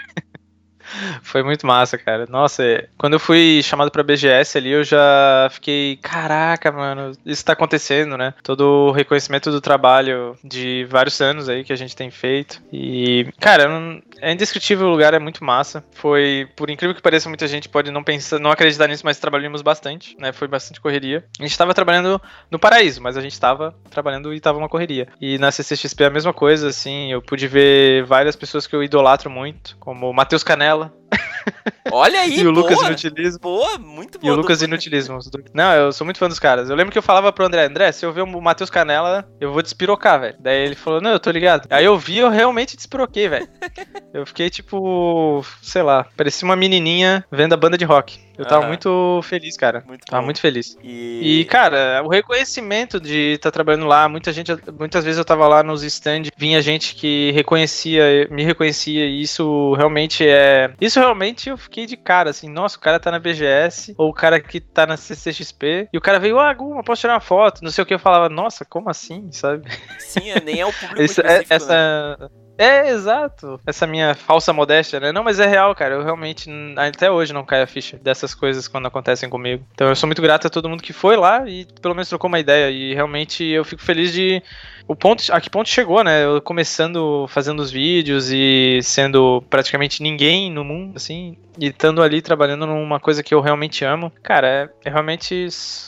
Foi muito massa, cara. Nossa, quando eu fui chamado pra B G S ali, eu já fiquei, caraca, mano, isso tá acontecendo, né? Todo o reconhecimento do trabalho de vários anos aí que a gente tem feito. E, cara, é indescritível, o lugar é muito massa. Foi, por incrível que pareça, muita gente pode não pensar, não acreditar nisso, mas trabalhamos bastante, né? Foi bastante correria. A gente tava trabalhando no paraíso, mas a gente tava trabalhando e tava uma correria. E na C C X P a mesma coisa, assim, eu pude ver várias pessoas que eu idolatro muito, como o Matheus Canella. Olha aí, e o boa, Lucas Inutilismo. Boa, muito boa. E o Lucas Inutilismo. Não, eu sou muito fã dos caras. Eu lembro que eu falava pro André, André, se eu ver o Matheus Canella, eu vou despirocar, velho. Daí ele falou, não, eu tô ligado. Aí eu vi, eu realmente despiroquei, velho. Eu fiquei tipo, sei lá, parecia uma menininha vendo a banda de rock. Eu tava uhum. muito feliz, cara. Muito tava bom. muito feliz. E... e, cara, o reconhecimento de estar tá trabalhando lá, muita gente, muitas vezes eu tava lá nos stands, vinha gente que reconhecia, me reconhecia, e isso realmente é... Isso realmente eu fiquei de cara, assim, nossa, o cara tá na B G S, ou o cara que tá na C C X P, e o cara veio, ah, Guma, posso tirar uma foto? Não sei o que, eu falava, nossa, como assim, sabe? Sim, nem é o público Esse, específico, essa... né? É, exato. Essa minha falsa modéstia, né? Não, mas é real, cara. Eu realmente, até hoje, não caio a ficha dessas coisas quando acontecem comigo. Então eu sou muito grato a todo mundo que foi lá e pelo menos trocou uma ideia. E realmente eu fico feliz de... O ponto, a que ponto chegou, né? Eu começando fazendo os vídeos e sendo praticamente ninguém no mundo, assim, e estando ali trabalhando numa coisa que eu realmente amo. Cara, é, é realmente...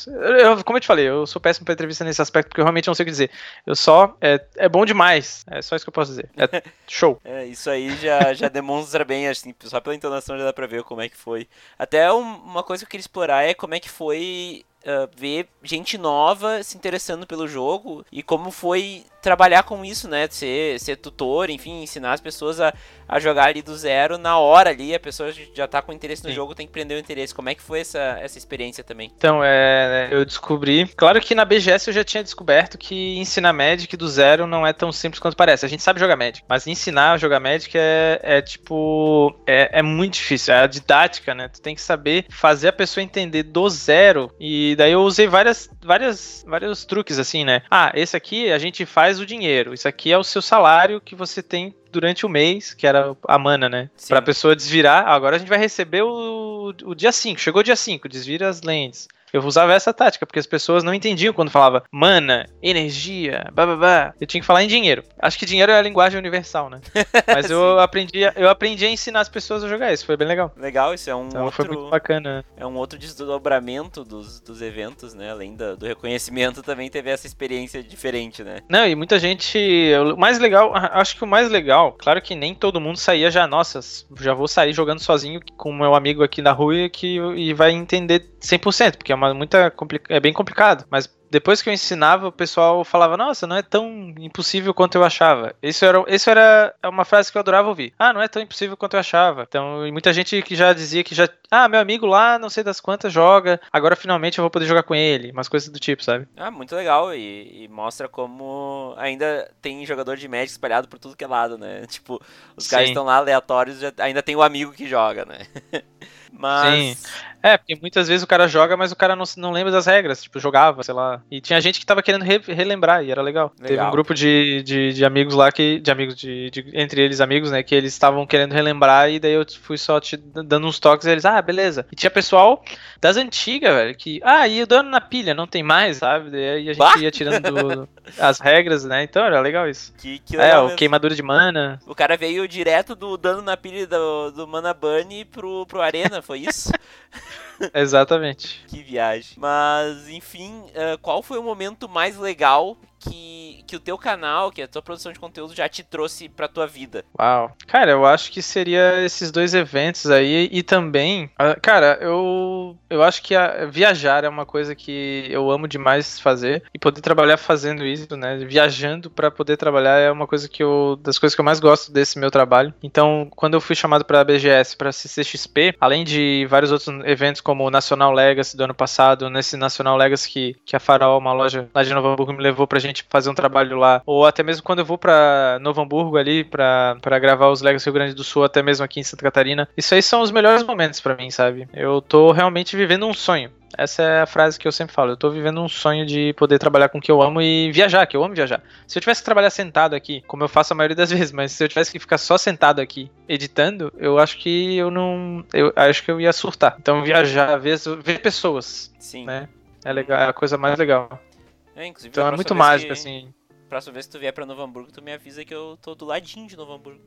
Eu, como eu te falei, eu sou péssimo pra entrevista nesse aspecto, porque eu realmente não sei o que dizer. Eu só... É, é bom demais. É só isso que eu posso dizer. É show. É, isso aí já, já demonstra bem, assim, só pela entonação já dá pra ver como é que foi. Até um, uma coisa que eu queria explorar é como é que foi... Uh, ver gente nova se interessando pelo jogo e como foi trabalhar com isso, né, ser, ser tutor, enfim, ensinar as pessoas a, a jogar ali do zero na hora ali, a pessoa já tá com interesse no Sim. jogo, tem que prender o interesse. Como é que foi essa, essa experiência também? Então, é, eu descobri, claro que na B G S eu já tinha descoberto que ensinar Magic do zero não é tão simples quanto parece. A gente sabe jogar Magic, mas ensinar a jogar Magic é, é tipo, é, é muito difícil, é a didática, né, tu tem que saber fazer a pessoa entender do zero. E daí eu usei várias, várias, vários truques assim, né? Ah, esse aqui a gente faz o dinheiro. Isso aqui é o seu salário que você tem durante o mês, que era a mana, né? Sim. Pra pessoa desvirar. Ah, agora a gente vai receber o, o dia cinco. Chegou o dia cinco, desvira as lentes. Eu usava essa tática, porque as pessoas não entendiam quando falava mana, energia, bababá. Eu tinha que falar em dinheiro. Acho que dinheiro é a linguagem universal, né? Mas eu aprendi, eu aprendi a ensinar as pessoas a jogar isso, foi bem legal. Legal, isso é um então, outro... foi muito bacana. É um outro desdobramento dos, dos eventos, né? Além do, do reconhecimento, também teve essa experiência diferente, né? Não, e muita gente... O mais legal, acho que o mais legal, claro que nem todo mundo saía já, nossa, já vou sair jogando sozinho com o meu amigo aqui na rua que, e vai entender cem por cento, porque é uma muita é bem complicado, mas depois que eu ensinava, o pessoal falava, nossa, não é tão impossível quanto eu achava. Isso era, isso era uma frase que eu adorava ouvir. Ah, não é tão impossível quanto eu achava. Então, e muita gente que já dizia que já, ah, meu amigo lá, não sei das quantas, joga, agora finalmente eu vou poder jogar com ele. Umas coisas do tipo, sabe? Ah, muito legal. E, e mostra como ainda tem jogador de Magic espalhado por tudo que é lado, né? Tipo, os Sim. caras estão lá aleatórios, já, ainda tem o amigo que joga, né? Mas... Sim. É, porque muitas vezes o cara joga, mas o cara não, não lembra das regras. Tipo, jogava, sei lá. E tinha gente que tava querendo re, relembrar, e era legal. legal. Teve um grupo de, de, de amigos lá, que de amigos, de, de entre eles amigos, né, que eles estavam querendo relembrar, e daí eu fui só te dando uns toques, e eles, ah, beleza. E tinha pessoal das antigas, velho, que, ah, e o dano na pilha, não tem mais, sabe? Daí a gente bah! ia tirando do, as regras, né, então era legal isso. Que, que legal é, mesmo. o queimadura de mana. O cara veio direto do dano na pilha do, do Mana Burn pro, pro Arena, foi isso? Exatamente. Que viagem. Mas, enfim, uh, qual foi o momento mais legal que, que o teu canal, que a tua produção de conteúdo já te trouxe pra tua vida? Uau. Cara, eu acho que seria esses dois eventos aí, e também, uh, cara, eu, eu acho que a, viajar é uma coisa que eu amo demais fazer, e poder trabalhar fazendo isso, né, viajando pra poder trabalhar é uma coisa que eu, das coisas que eu mais gosto desse meu trabalho. Então, quando eu fui chamado pra B G S, pra C C X P, além de vários outros eventos como o National Legacy do ano passado, nesse National Legacy que, que a Farol, uma loja lá de Novo Hamburgo, me levou pra gente fazer um trabalho lá, ou até mesmo quando eu vou pra Novo Hamburgo ali, pra, pra gravar os Legacy Rio Grande do Sul, até mesmo aqui em Santa Catarina, isso aí são os melhores momentos pra mim, sabe? Eu tô realmente vivendo um sonho. Essa é a frase que eu sempre falo. Eu tô vivendo um sonho de poder trabalhar com o que eu amo e viajar, que eu amo viajar. Se eu tivesse que trabalhar sentado aqui, como eu faço a maioria das vezes, mas se eu tivesse que ficar só sentado aqui, editando, eu acho que eu não... Eu acho que eu ia surtar. Então viajar, ver, ver pessoas, sim, né? É legal, é a coisa mais legal. É, inclusive, então é muito mágico, que... assim... Próxima vez que tu vier pra Novo Hamburgo, tu me avisa que eu tô do ladinho de Novo Hamburgo.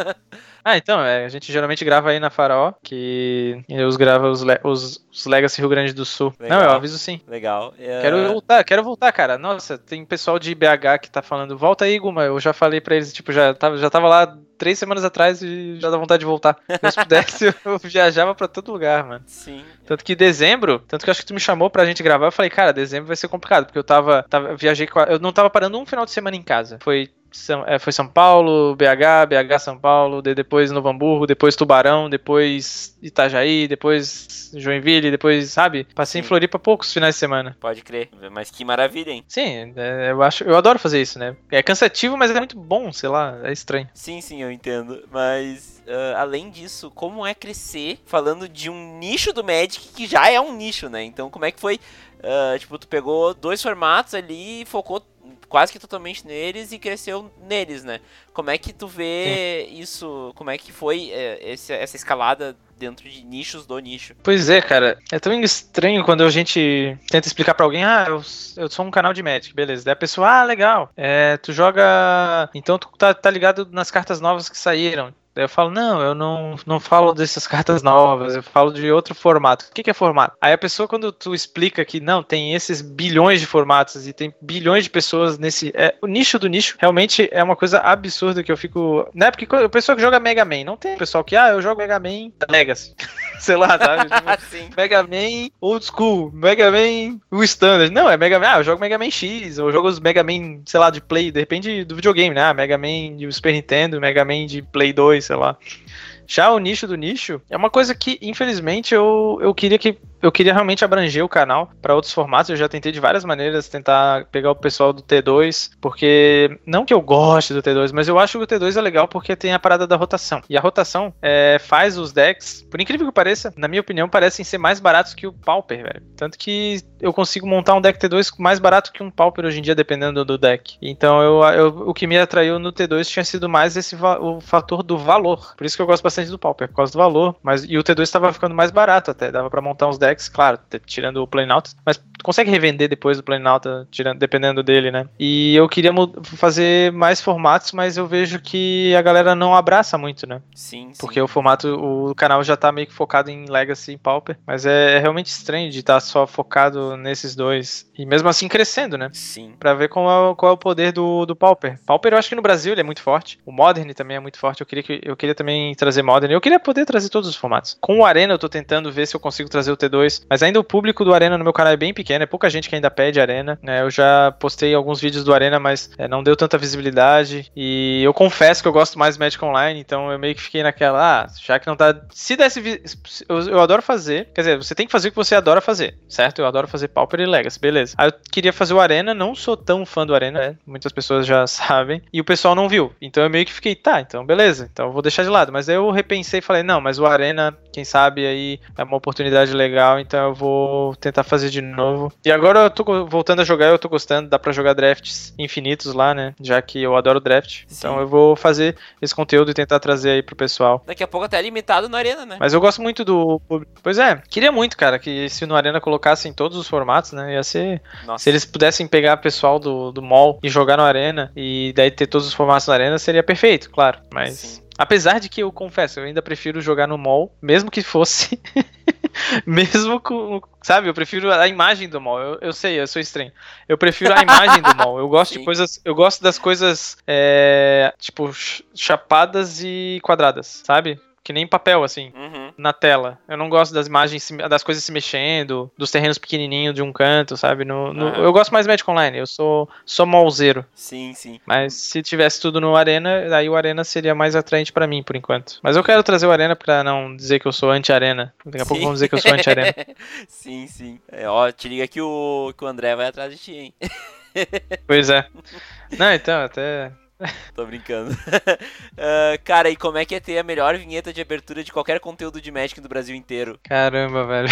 Ah, então, é, a gente geralmente grava aí na Farol, que eu gravo os, os, os Legacy Rio Grande do Sul. Legal. Não, eu aviso sim. Legal. Uh... Quero voltar, quero voltar, cara. Nossa, tem pessoal de B H que tá falando, volta aí, Guma. Eu já falei pra eles, tipo, já tava, já tava lá três semanas atrás e já dá vontade de voltar. Se eu pudesse, eu viajava pra todo lugar, mano. Sim. Tanto que dezembro, tanto que eu acho que tu me chamou pra gente gravar, eu falei, cara, dezembro vai ser complicado, porque eu tava, tava viajei, eu não tava parando um final de semana em casa. Foi São, é, foi São Paulo, B H, B H, São Paulo, de, depois Novo Hamburgo, depois Tubarão, depois Itajaí, depois Joinville, depois, sabe? Passei Sim. em Floripa poucos finais de semana. Pode crer, mas que maravilha, hein? Sim, é, eu acho, eu adoro fazer isso, né? É cansativo, mas é muito bom, sei lá, é estranho. Sim, sim, eu entendo, mas uh, além disso, como é crescer falando de um nicho do Magic que já é um nicho, né? Então como é que foi, uh, tipo, tu pegou dois formatos ali e focou quase que totalmente neles e cresceu neles, né? Como é que tu vê Sim. isso? Como é que foi é, esse, essa escalada dentro de nichos do nicho? Pois é, cara. É tão estranho quando a gente tenta explicar pra alguém, ah, eu, eu sou um canal de Magic, beleza. Daí a pessoa, ah, legal. É, tu joga... Então tu tá, tá ligado nas cartas novas que saíram. Daí eu falo, não, eu não, não falo dessas cartas novas, eu falo de outro formato. O que, que é formato? Aí a pessoa, quando tu explica que não, tem esses bilhões de formatos e tem bilhões de pessoas nesse... É, o nicho do nicho realmente é uma coisa absurda que eu fico... Né? Porque o pessoal que joga Mega Man, não tem pessoal que, ah, eu jogo Mega Man Legacy. Sei lá, sabe? Tipo, Mega Man Old School, Mega Man o Standard. Não, é Mega Man, ah, eu jogo Mega Man X, eu jogo os Mega Man, sei lá, de Play, de repente do videogame, né? Mega Man de Super Nintendo, Mega Man de Play dois, sei lá. Já o nicho do nicho é uma coisa que, infelizmente, eu, eu queria que eu queria realmente abranger o canal para outros formatos. Eu já tentei de várias maneiras tentar pegar o pessoal do T dois, porque não que eu goste do T dois, mas eu acho que o T dois é legal porque tem a parada da rotação. E a rotação é, faz os decks, por incrível que pareça, na minha opinião, parecem ser mais baratos que o Pauper, velho. Tanto que eu consigo montar um deck T dois mais barato que um Pauper hoje em dia, dependendo do deck. Então eu, eu, o que me atraiu no T dois tinha sido mais esse o fator do valor. Por isso que eu gosto bastante do Pauper, por causa do valor. Mas, e o T dois estava ficando mais barato até, dava para montar uns decks, claro, tirando o Planalto, mas tu consegue revender depois do Planalto, tirando, dependendo dele, né? E eu queria fazer mais formatos, mas eu vejo que a galera não abraça muito, né? Sim, sim. Porque o formato, o canal já tá meio que focado em Legacy e Pauper, mas é, é realmente estranho de estar só focado nesses dois, e mesmo assim crescendo, né? Sim. Pra ver qual é, qual é o poder do, do Pauper. Pauper eu acho que no Brasil ele é muito forte, o Modern também é muito forte, eu queria, que, eu queria também trazer Modern, eu queria poder trazer todos os formatos. Com o Arena eu tô tentando ver se eu consigo trazer o T dois dois, mas ainda o público do Arena no meu canal é bem pequeno, é pouca gente que ainda pede Arena, né? Eu já postei alguns vídeos do Arena, mas é, não deu tanta visibilidade, e eu confesso que eu gosto mais do Magic Online, então eu meio que fiquei naquela, ah, já que não tá... Se desse... Vi... Eu, eu adoro fazer, quer dizer, você tem que fazer o que você adora fazer, certo? Eu adoro fazer Pauper e Legacy, beleza. Aí eu queria fazer o Arena, não sou tão fã do Arena, né? Muitas pessoas já sabem, e o pessoal não viu, então eu meio que fiquei, tá, então beleza, então eu vou deixar de lado, mas aí eu repensei e falei, não, mas o Arena, quem sabe aí é uma oportunidade legal, então eu vou tentar fazer de novo. E agora eu tô voltando a jogar, eu tô gostando, dá pra jogar drafts infinitos lá, né? Já que eu adoro draft. Sim. Então eu vou fazer esse conteúdo e tentar trazer aí pro pessoal. Daqui a pouco até é limitado na Arena, né? Mas eu gosto muito do público. Pois é, queria muito, cara, que se no Arena colocassem todos os formatos, né? Ia ser... Nossa. Se eles pudessem pegar pessoal do, do mall e jogar no Arena, e daí ter todos os formatos na Arena, seria perfeito, claro. Mas... Sim. Apesar de que eu confesso, eu ainda prefiro jogar no mall, mesmo que fosse... mesmo com... Sabe, eu prefiro a imagem do mall. Eu, eu sei, eu sou estranho. Eu prefiro a imagem do mall. Eu gosto Sim. de coisas... Eu gosto das coisas, é, tipo, chapadas e quadradas, sabe? Que nem papel, assim, uhum. na tela. Eu não gosto das imagens, das coisas se mexendo, dos terrenos pequenininhos de um canto, sabe? No, no, uhum. Eu gosto mais de Magic Online, eu sou, sou mallzeiro. Sim, sim. Mas se tivesse tudo no Arena, aí o Arena seria mais atraente pra mim, por enquanto. Mas eu quero trazer o Arena pra não dizer que eu sou anti-Arena. Daqui a sim. pouco vamos dizer que eu sou anti-Arena. Sim, sim. É, ó, te liga que o, que o André vai atrás de ti, hein? Pois é. Não, então, até... Tô brincando. uh, cara, e como é que é ter a melhor vinheta de abertura de qualquer conteúdo de Magic do Brasil inteiro? Caramba, velho.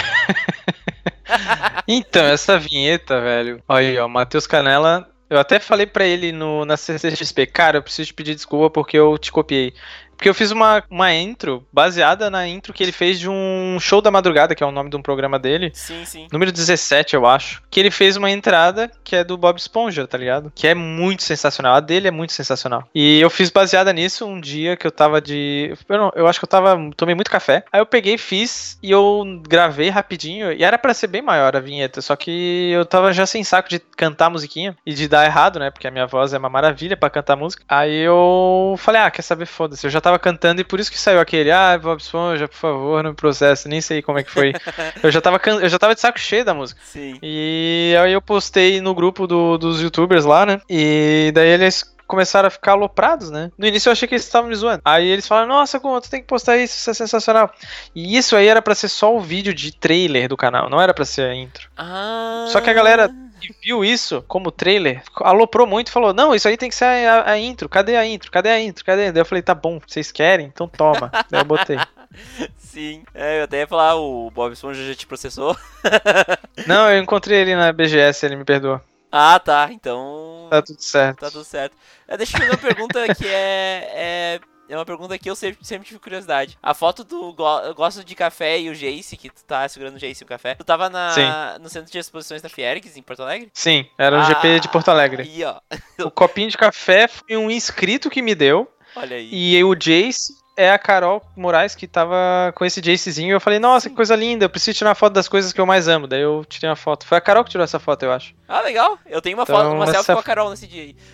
Então, essa vinheta, velho. Olha aí, ó, Matheus Canella. Eu até falei pra ele no, na C C X P, cara, eu preciso te pedir desculpa porque eu te copiei. Porque eu fiz uma, uma intro baseada na intro que ele fez de um Show da Madrugada, que é o nome de um programa dele. Sim, sim. Número dezessete, eu acho. Que ele fez uma entrada que é do Bob Esponja, tá ligado? Que é muito sensacional. A dele é muito sensacional. E eu fiz baseada nisso um dia que eu tava de... Eu, não, eu acho que eu tava... Tomei muito café. Aí eu peguei, fiz e eu gravei rapidinho. E era pra ser bem maior a vinheta. Só que eu tava já sem saco de cantar a musiquinha. E de dar errado, né? Porque a minha voz é uma maravilha pra cantar música. Aí eu falei, ah, quer saber? Foda-se. Eu já tava cantando e por isso que saiu aquele, ah, Bob Esponja, por favor, não me processe, nem sei como é que foi. eu, já tava can... eu já tava de saco cheio da música. Sim. E aí eu postei no grupo do, dos youtubers lá, né? E daí eles começaram a ficar aloprados, né? No início eu achei que eles estavam me zoando. Aí eles falaram, nossa, Gun, tu tem que postar isso, isso é sensacional. E isso aí era pra ser só o vídeo de trailer do canal, não era pra ser a intro. Ah. Só que a galera que viu isso como trailer, aloprou muito e falou, não, isso aí tem que ser a, a, a intro, cadê a intro, cadê a intro, cadê? Daí eu falei, tá bom, vocês querem? Então toma. Daí eu botei. Sim, é, eu até ia falar, o Bob Esponja já te processou? Não, eu encontrei ele na B G S, ele me perdoou. Ah, tá, então... Tá tudo certo. Tá tudo certo. É, deixa eu fazer uma pergunta que é... é... É uma pergunta que eu sempre, sempre tive curiosidade. A foto do go Gosto de Café e o Jace, que tu tá segurando o Jace e o café, tu tava na, no centro de exposições da Fiergs, em Porto Alegre? Sim, era o ah, G P de Porto Alegre. Aí, ó. O copinho de café foi um inscrito que me deu. Olha aí. E o Jace é a Carol Moraes que tava com esse Jacezinho. E eu falei, nossa, que coisa linda, eu preciso tirar uma foto das coisas que eu mais amo. Daí eu tirei uma foto. Foi a Carol que tirou essa foto, eu acho. Ah, legal. Eu tenho uma então, foto, uma essa... selfie com a Carol nesse dia aí.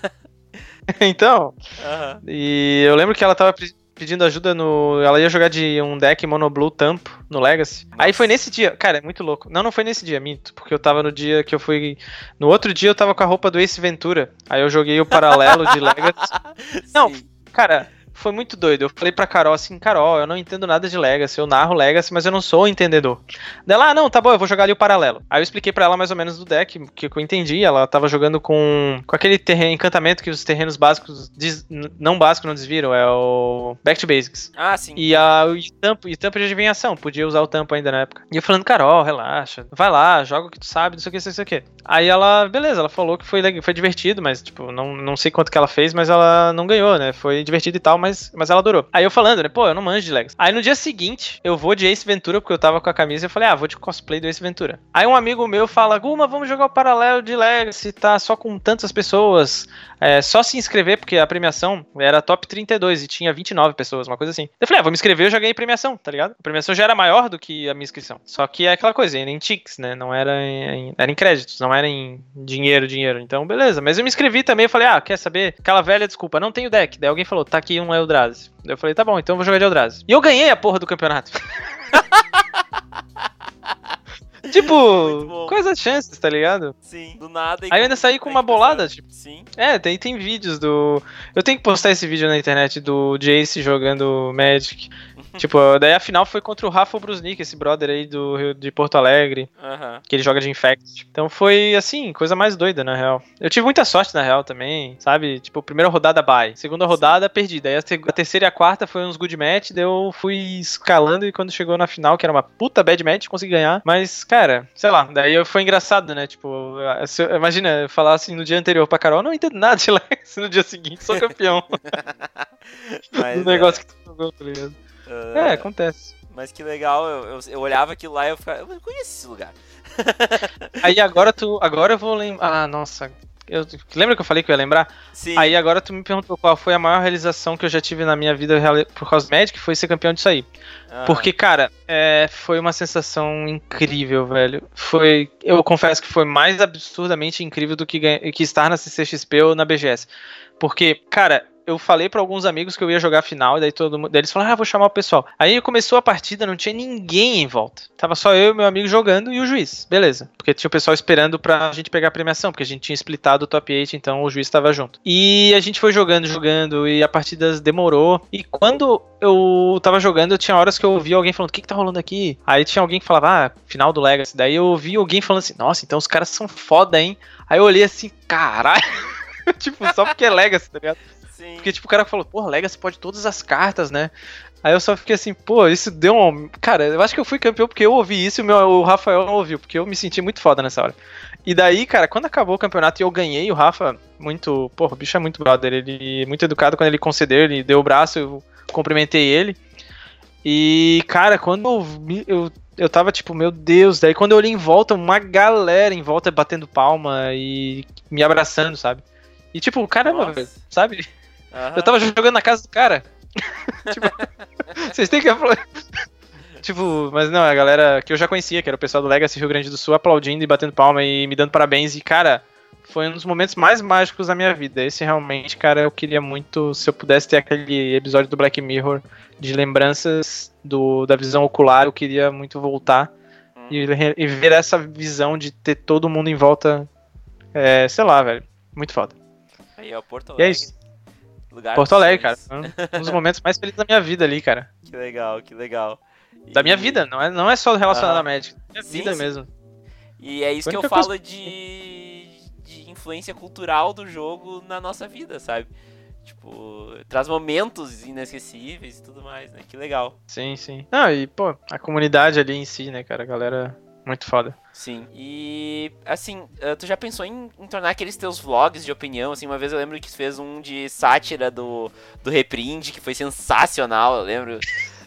Então, uhum. E eu lembro que ela tava pedindo ajuda no... Ela ia jogar de um deck Mono Blue Tampo no Legacy. Nossa. Aí foi nesse dia, cara, é muito louco. Não, não foi nesse dia, minto. Porque eu tava no dia que eu fui... No outro dia eu tava com a roupa do Ace Ventura. Aí eu joguei o paralelo de Legacy. Não, cara... Foi muito doido. Eu falei pra Carol assim, Carol, eu não entendo nada de Legacy, eu narro Legacy, mas eu não sou entendedor. Dela, ah, não, tá bom, eu vou jogar ali o paralelo. Aí eu expliquei pra ela mais ou menos do deck, que eu entendi. Ela tava jogando com, com aquele terreno, encantamento que os terrenos básicos, des, não básicos não desviram, é o Back to Basics. Ah, sim. E a, o tampo, e tampo de adivinhação, podia usar o tampo ainda na época. E eu falando, Carol, relaxa, vai lá, joga o que tu sabe, não sei o que, não sei o que. Aí ela, beleza, ela falou que foi, foi divertido, mas tipo, não, não sei quanto que ela fez, mas ela não ganhou, né? Foi divertido e tal, mas, mas ela adorou. Aí eu falando, né, pô, eu não manjo de Legacy. Aí no dia seguinte, eu vou de Ace Ventura, porque eu tava com a camisa, e eu falei, ah, vou de cosplay do Ace Ventura. Aí um amigo meu fala, Guma, vamos jogar o paralelo de Legacy, tá só com tantas pessoas, é só se inscrever, porque a premiação era top trinta e dois e tinha vinte e nove pessoas, uma coisa assim. Eu falei, ah, vou me inscrever, eu já ganhei premiação, tá ligado? A premiação já era maior do que a minha inscrição. Só que é aquela coisa, era em tics, né, não era em, era em créditos, não era em dinheiro, dinheiro. Então, beleza. Mas eu me inscrevi também, eu falei, ah, quer saber? Aquela velha desculpa, não tenho deck. Daí alguém falou, tá aqui um Eldrazi. Daí eu falei, tá bom, então eu vou jogar de Eldrazi. E eu ganhei a porra do campeonato. Tipo, quais as chances, tá ligado? Sim, do nada. Aí eu ainda saí com uma bolada, tipo. Sim. É, tem, tem vídeos do... Eu tenho que postar esse vídeo na internet do Jace jogando Magic. Tipo, daí a final foi contra o Rafa Brusnik, esse brother aí do Rio de Porto Alegre, uhum. que ele joga de Infect. Então foi, assim, coisa mais doida, na real. Eu tive muita sorte, na real, também, sabe? Tipo, primeira rodada, bye. Segunda rodada, perdi. Daí a, a terceira e a quarta foi uns good match, daí eu fui escalando e quando chegou na final, que era uma puta bad match, consegui ganhar. Mas, cara, sei lá, daí foi engraçado, né? Tipo, se eu, imagina, eu falar assim no dia anterior pra Carol, não entendo nada de Legacy, no dia seguinte, sou campeão. Mas, do negócio é... que tu jogou, tá ligado? Uh, é, acontece. Mas que legal, eu, eu, eu olhava aquilo lá e eu ficava, eu conheço esse lugar. Aí agora tu, agora eu vou lembrar, ah, nossa, eu, lembra que eu falei que eu ia lembrar? Sim. Aí agora tu me perguntou qual foi a maior realização que eu já tive na minha vida por causa do Magic, foi ser campeão disso aí. Uhum. Porque, cara, é, foi uma sensação incrível, velho. Foi, eu confesso que foi mais absurdamente incrível do que, que estar na C C X P ou na B G S. Porque, cara, eu falei pra alguns amigos que eu ia jogar a final, e daí todo mundo, daí eles falaram, ah, vou chamar o pessoal. Aí começou a partida, não tinha ninguém em volta. Tava só eu e meu amigo jogando e o juiz. Beleza. Porque tinha o pessoal esperando pra gente pegar a premiação, porque a gente tinha splitado o top oito, então o juiz tava junto. E a gente foi jogando, jogando, e a partida demorou. E quando eu tava jogando, tinha horas que eu ouvi alguém falando, o que que tá rolando aqui? Aí tinha alguém que falava, ah, final do Legacy. Daí eu ouvi alguém falando assim, nossa, então os caras são foda, hein? Aí eu olhei assim, caralho. Tipo, só porque é Legacy, tá ligado? Sim. Porque, tipo, o cara falou, porra, Legacy pode todas as cartas, né? Aí eu só fiquei assim, pô, isso deu um... Cara, eu acho que eu fui campeão porque eu ouvi isso e o, meu, o Rafael não ouviu, porque eu me senti muito foda nessa hora. E daí, cara, quando acabou o campeonato e eu ganhei, o Rafa, muito... Porra, o bicho é muito brother, ele é muito educado quando ele concedeu, ele deu o braço, eu cumprimentei ele. E, cara, quando eu vi... Eu, eu tava tipo, meu Deus, daí quando eu olhei em volta, uma galera em volta batendo palma e me abraçando, sabe? E tipo, caramba, velho, sabe? Uhum. Eu tava jogando na casa do cara. Tipo, vocês têm que... Tipo, mas não, a galera que eu já conhecia, que era o pessoal do Legacy Rio Grande do Sul, aplaudindo e batendo palma e me dando parabéns. E, cara, foi um dos momentos mais mágicos da minha vida. Esse realmente, cara, eu queria muito, se eu pudesse ter aquele episódio do Black Mirror de lembranças do, da visão ocular, eu queria muito voltar hum. e, e ver essa visão de ter todo mundo em volta, é, sei lá, velho, muito foda. Aí é o Porto Alegre. E é isso. Lugar Porto Alegre, cara. Um dos momentos mais felizes da minha vida ali, cara. Que legal, que legal. E... Da minha vida, não é, não é só relacionado ah, à Magic. Da minha sim, vida sim. mesmo. E é isso que eu falo coisa... de... de influência cultural do jogo na nossa vida, sabe? Tipo, traz momentos inesquecíveis e tudo mais, né? Que legal. Sim, sim. Ah, e, pô, a comunidade ali em si, né, cara? A galera... Muito foda. Sim. E, assim, tu já pensou em, em tornar aqueles teus vlogs de opinião? Assim, uma vez eu lembro que tu fez um de sátira do, do Reprint, que foi sensacional, eu lembro.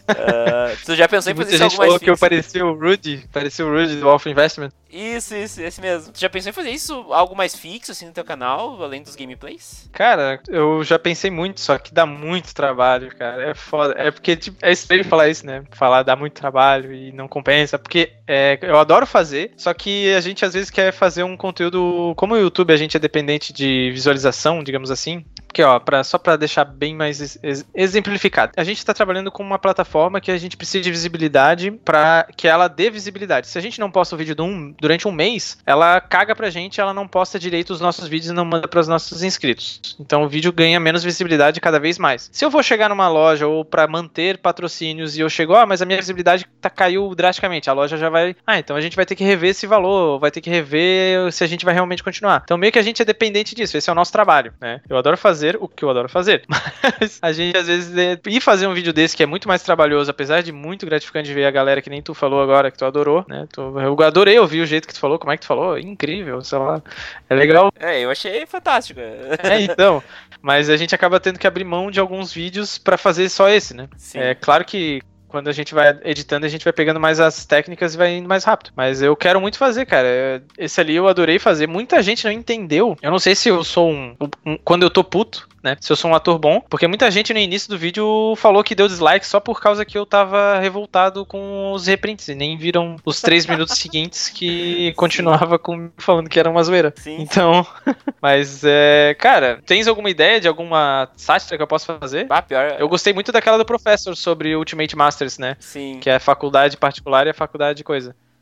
Uh, tu já pensou em fazer isso alguma vez? Que eu parecia o Rudy, parecia o Rudy do Alpha Investment. Isso, isso, esse mesmo. Tu já pensou em fazer isso, algo mais fixo, assim, no teu canal, além dos gameplays? Cara, eu já pensei muito, só que dá muito trabalho, cara, é foda. É porque, tipo, é estranho falar isso, né? Falar dá muito trabalho e não compensa, porque é, eu adoro fazer, só que a gente às vezes quer fazer um conteúdo, como o YouTube a gente é dependente de visualização, digamos assim, porque, ó, pra, só pra deixar bem mais ex- ex- exemplificado, a gente tá trabalhando com uma plataforma que a gente precisa de visibilidade pra que ela dê visibilidade. Se a gente não posta o vídeo de um, durante um mês, ela caga pra gente, ela não posta direito os nossos vídeos e não manda pros nossos inscritos. Então o vídeo ganha menos visibilidade cada vez mais. Se eu vou chegar numa loja ou pra manter patrocínios e eu chego, ah, mas a minha visibilidade tá, caiu drasticamente, a loja já vai, ah, então a gente vai ter que rever esse valor, vai ter que rever se a gente vai realmente continuar. Então meio que a gente é dependente disso, esse é o nosso trabalho, né? Eu adoro fazer o que eu adoro fazer, mas a gente às vezes é... ir fazer um vídeo desse que é muito mais trabalhoso, apesar de muito gratificante ver a galera que nem tu falou agora, que tu adorou, né? Tu... Eu adorei ouvir o jeito que tu falou, como é que tu falou, incrível, sei lá, é legal. É, eu achei fantástico. É, então, mas a gente acaba tendo que abrir mão de alguns vídeos pra fazer só esse, né? Sim. É claro que quando a gente vai editando, a gente vai pegando mais as técnicas e vai indo mais rápido. Mas eu quero muito fazer, cara. Esse ali eu adorei fazer. Muita gente não entendeu. Eu não sei se eu sou um... um quando eu tô puto, né? Se eu sou um ator bom. Porque muita gente no início do vídeo falou que deu dislike só por causa que eu tava revoltado com os reprints. E nem viram os três minutos seguintes que continuava com, falando que era uma zoeira. Sim. Então... Mas, é... Cara, tens alguma ideia de alguma sátira que eu possa fazer? Ah, pior... Eu gostei muito daquela do Professor sobre Ultimate Masters, né? Sim. Que é a faculdade particular e a faculdade de coisa.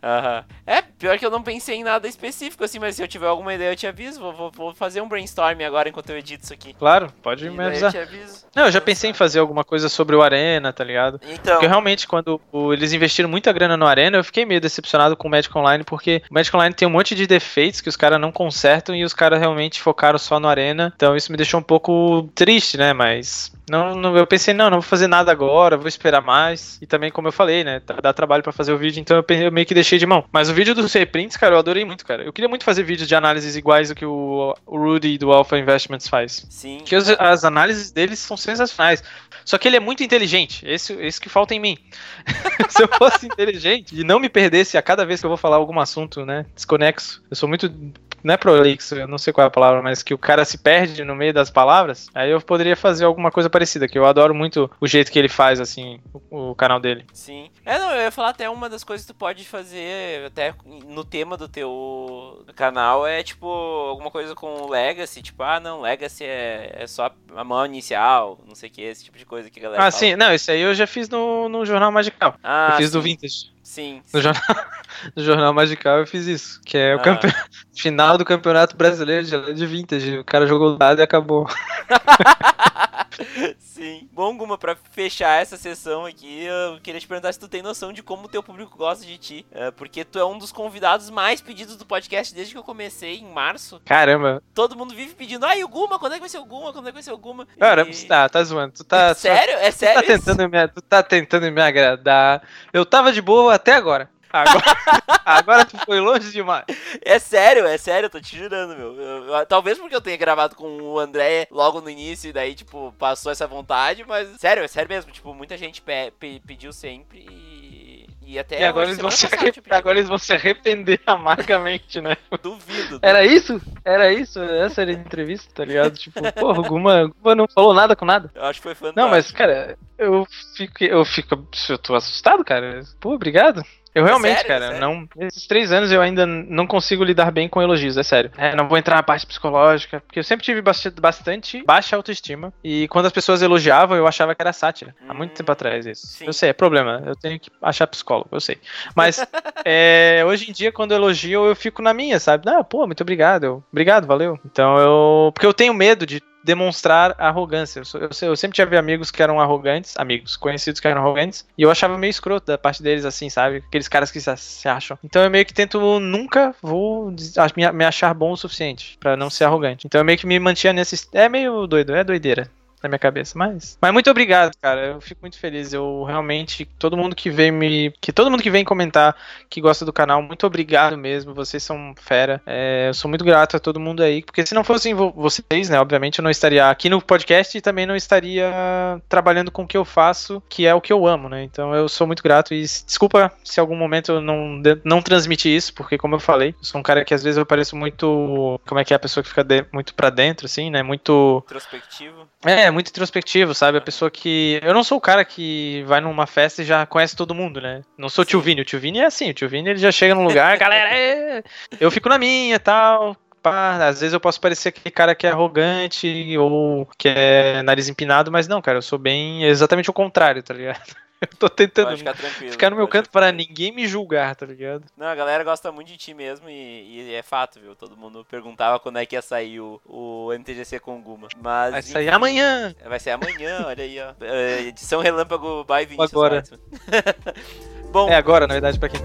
Aham. É, pior que eu não pensei em nada específico, assim, mas se eu tiver alguma ideia eu te aviso. Vou, vou, vou fazer um brainstorm agora enquanto eu edito isso aqui. Claro, pode E me daí avisar. eu te aviso. Não, eu já pensei em fazer alguma coisa sobre o Arena, tá ligado? Então, Porque realmente, quando o- eles investiram muita grana no Arena, eu fiquei meio decepcionado com o Magic Online, porque o Magic Online tem um monte de defeitos que os caras não consertam e os caras realmente focaram só no Arena. Então isso me deixou um pouco triste, né? Mas não, não- eu pensei, não, não vou fazer nada agora, vou esperar mais. E também, como eu falei, né? Dá dá trabalho pra fazer o vídeo, então eu, pe- eu meio que deixei de mão. Mas o vídeo dos reprints, cara, eu adorei muito, cara. Eu queria muito fazer vídeos de análises iguais ao que o, o Rudy do Alpha Investments faz. sim. Porque os- as análises deles são sensacionais. Só que ele é muito inteligente. Esse, esse que falta em mim. Se eu fosse inteligente e não me perdesse a cada vez que eu vou falar algum assunto, né? Desconexo. Eu sou muito. Não é prolixo, eu não sei qual é a palavra, mas que o cara se perde no meio das palavras. Aí eu poderia fazer alguma coisa parecida, que eu adoro muito o jeito que ele faz, assim, o, o canal dele. Sim. É, não, eu ia falar até uma das coisas que tu pode fazer, até no tema do teu canal, é tipo, alguma coisa com Legacy, tipo, ah, não, Legacy é, é só a mão inicial, não sei o que, esse tipo de coisa que a galera Ah, fala. sim, não, isso aí eu já fiz no, no Jornal Magical. Ah, eu fiz sim. do Vintage. Sim. No jornal, no jornal Magical eu fiz isso, que é o Ah. campe... final do Campeonato Brasileiro de, de Vintage. O cara jogou o dado e acabou. Sim. Bom, Guma, pra fechar essa sessão aqui, eu queria te perguntar se tu tem noção de como o teu público gosta de ti. É, porque tu é um dos convidados mais pedidos do podcast desde que eu comecei, em março. Caramba. Todo mundo vive pedindo, ai, o Guma, quando é que vai ser o Guma? Quando é que vai ser o Guma? Cara, E- tá, tá zoando. Tu tá, Sério? É tu tá sério isso? tentando me, tu tá tentando me agradar. Eu tava de boa até agora. Agora, agora tu foi longe demais. É sério, é sério, eu tô te jurando, meu. Eu- eu- talvez porque eu tenha gravado com o André logo no início e daí, tipo, passou essa vontade, mas sério, é sério mesmo. Tipo, muita gente pe- pe- pediu sempre e, e até E agora hoje, eles, vão semana se passada, arre- tinha pedido. agora eles vão se arrepender amargamente, né? Duvido. Era isso? Era isso? Essa era a entrevista, tá ligado? Tipo, porra, o Guma, o Guma não falou nada com nada. Eu acho que foi fantástico. Não, mas, cara, eu fico, eu fico, eu tô assustado, cara. Pô, obrigado. Eu realmente, sério, cara, é sério? não. Esses três anos eu ainda não consigo lidar bem com elogios, é sério. É, não vou entrar na parte psicológica, porque eu sempre tive bastante, bastante baixa autoestima. E quando as pessoas elogiavam, eu achava que era sátira. Há muito Hum, tempo atrás isso. sim. Eu sei, é problema. Eu tenho que achar psicólogo, eu sei. Mas é, hoje em dia, quando eu elogio, eu fico na minha, sabe? Ah, pô, muito obrigado. Eu, obrigado, valeu. Então eu. Porque eu tenho medo de demonstrar arrogância. Eu, sou- eu, eu sempre tive amigos que eram arrogantes, amigos conhecidos que eram arrogantes, e eu achava meio escroto da parte deles, assim, sabe? Aqueles caras que se, se acham. Então eu meio que tento nunca vou des- ach- me, me achar bom o suficiente pra não ser arrogante. Então eu meio que me mantinha nesse. É meio doido, é doideira na minha cabeça, mas mas muito obrigado, cara, eu fico muito feliz, eu realmente, todo mundo que vem me, que todo mundo que vem comentar que gosta do canal, muito obrigado mesmo, vocês são fera, é, eu sou muito grato a todo mundo aí, porque se não fossem vo- vocês, né, obviamente eu não estaria aqui no podcast e também não estaria trabalhando com o que eu faço, que é o que eu amo, né, então eu sou muito grato e s- desculpa se em algum momento eu não, de- não transmiti isso, porque como eu falei, eu sou um cara que às vezes eu pareço muito, como é que é a pessoa que fica de- muito pra dentro, assim, né, muito... Introspectivo. É, muito introspectivo, sabe? A pessoa que. Eu não sou o cara que vai numa festa e já conhece todo mundo, né? Não sou o tio Vini. O tio Vini é assim, o tio Vini ele já chega num lugar, galera, é... eu fico na minha e tal. Pá, às vezes eu posso parecer aquele cara que é arrogante ou que é nariz empinado, mas não, cara, eu sou bem exatamente o contrário, tá ligado? Eu tô tentando Pode ficar tranquilo. ficar no meu pode canto ficar para tranquilo. ninguém me julgar, tá ligado? Não, a galera gosta muito de ti mesmo e, e é fato, viu? Todo mundo perguntava quando é que ia sair o, o M T G C com o Guma. Mas, Vai sair enfim, amanhã! Vai ser amanhã, olha aí, ó. É, edição Relâmpago by Vinícius Agora. Weitzman. Bom, É agora, na verdade, pra quem.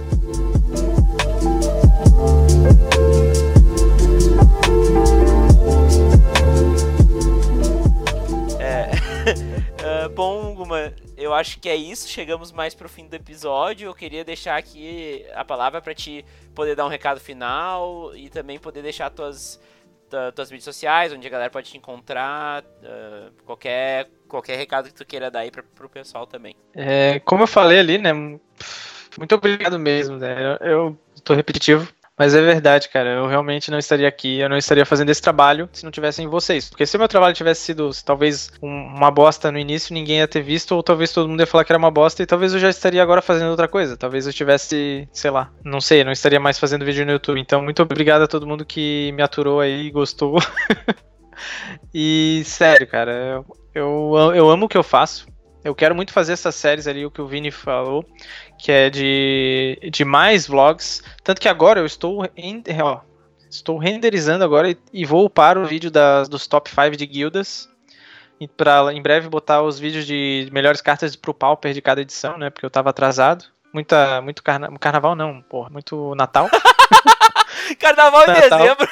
É, ah, bom, Guma, eu acho que é isso. Chegamos mais pro fim do episódio. Eu queria deixar aqui a palavra pra te poder dar um recado final e também poder deixar tuas, tua- tuas mídias sociais, onde a galera pode te encontrar, ah, qualquer, qualquer recado que tu queira dar aí pra, pro pessoal também. É, como eu falei ali, né? Muito obrigado mesmo, né? Eu, eu tô repetitivo, mas é verdade, cara. Eu realmente não estaria aqui, eu não estaria fazendo esse trabalho se não tivessem vocês. Porque se o meu trabalho tivesse sido talvez um- uma bosta no início, ninguém ia ter visto, ou talvez todo mundo ia falar que era uma bosta, e talvez eu já estaria agora fazendo outra coisa. Talvez eu tivesse, sei lá, não sei, não estaria mais fazendo vídeo no YouTube. Então, muito obrigado a todo mundo que me aturou aí e gostou. E sério, cara, eu, eu, eu amo o que eu faço. Eu quero muito fazer essas séries ali, o que o Vini falou, que é de, de mais vlogs. Tanto que agora eu estou em, ó, estou renderizando agora e, e vou upar o vídeo das, dos top cinco de guildas. E pra em breve botar os vídeos de melhores cartas pro Pauper de cada edição, né? Porque eu tava atrasado. Muita, muito carna, carnaval não, porra, muito Natal. Carnaval em Natal. dezembro.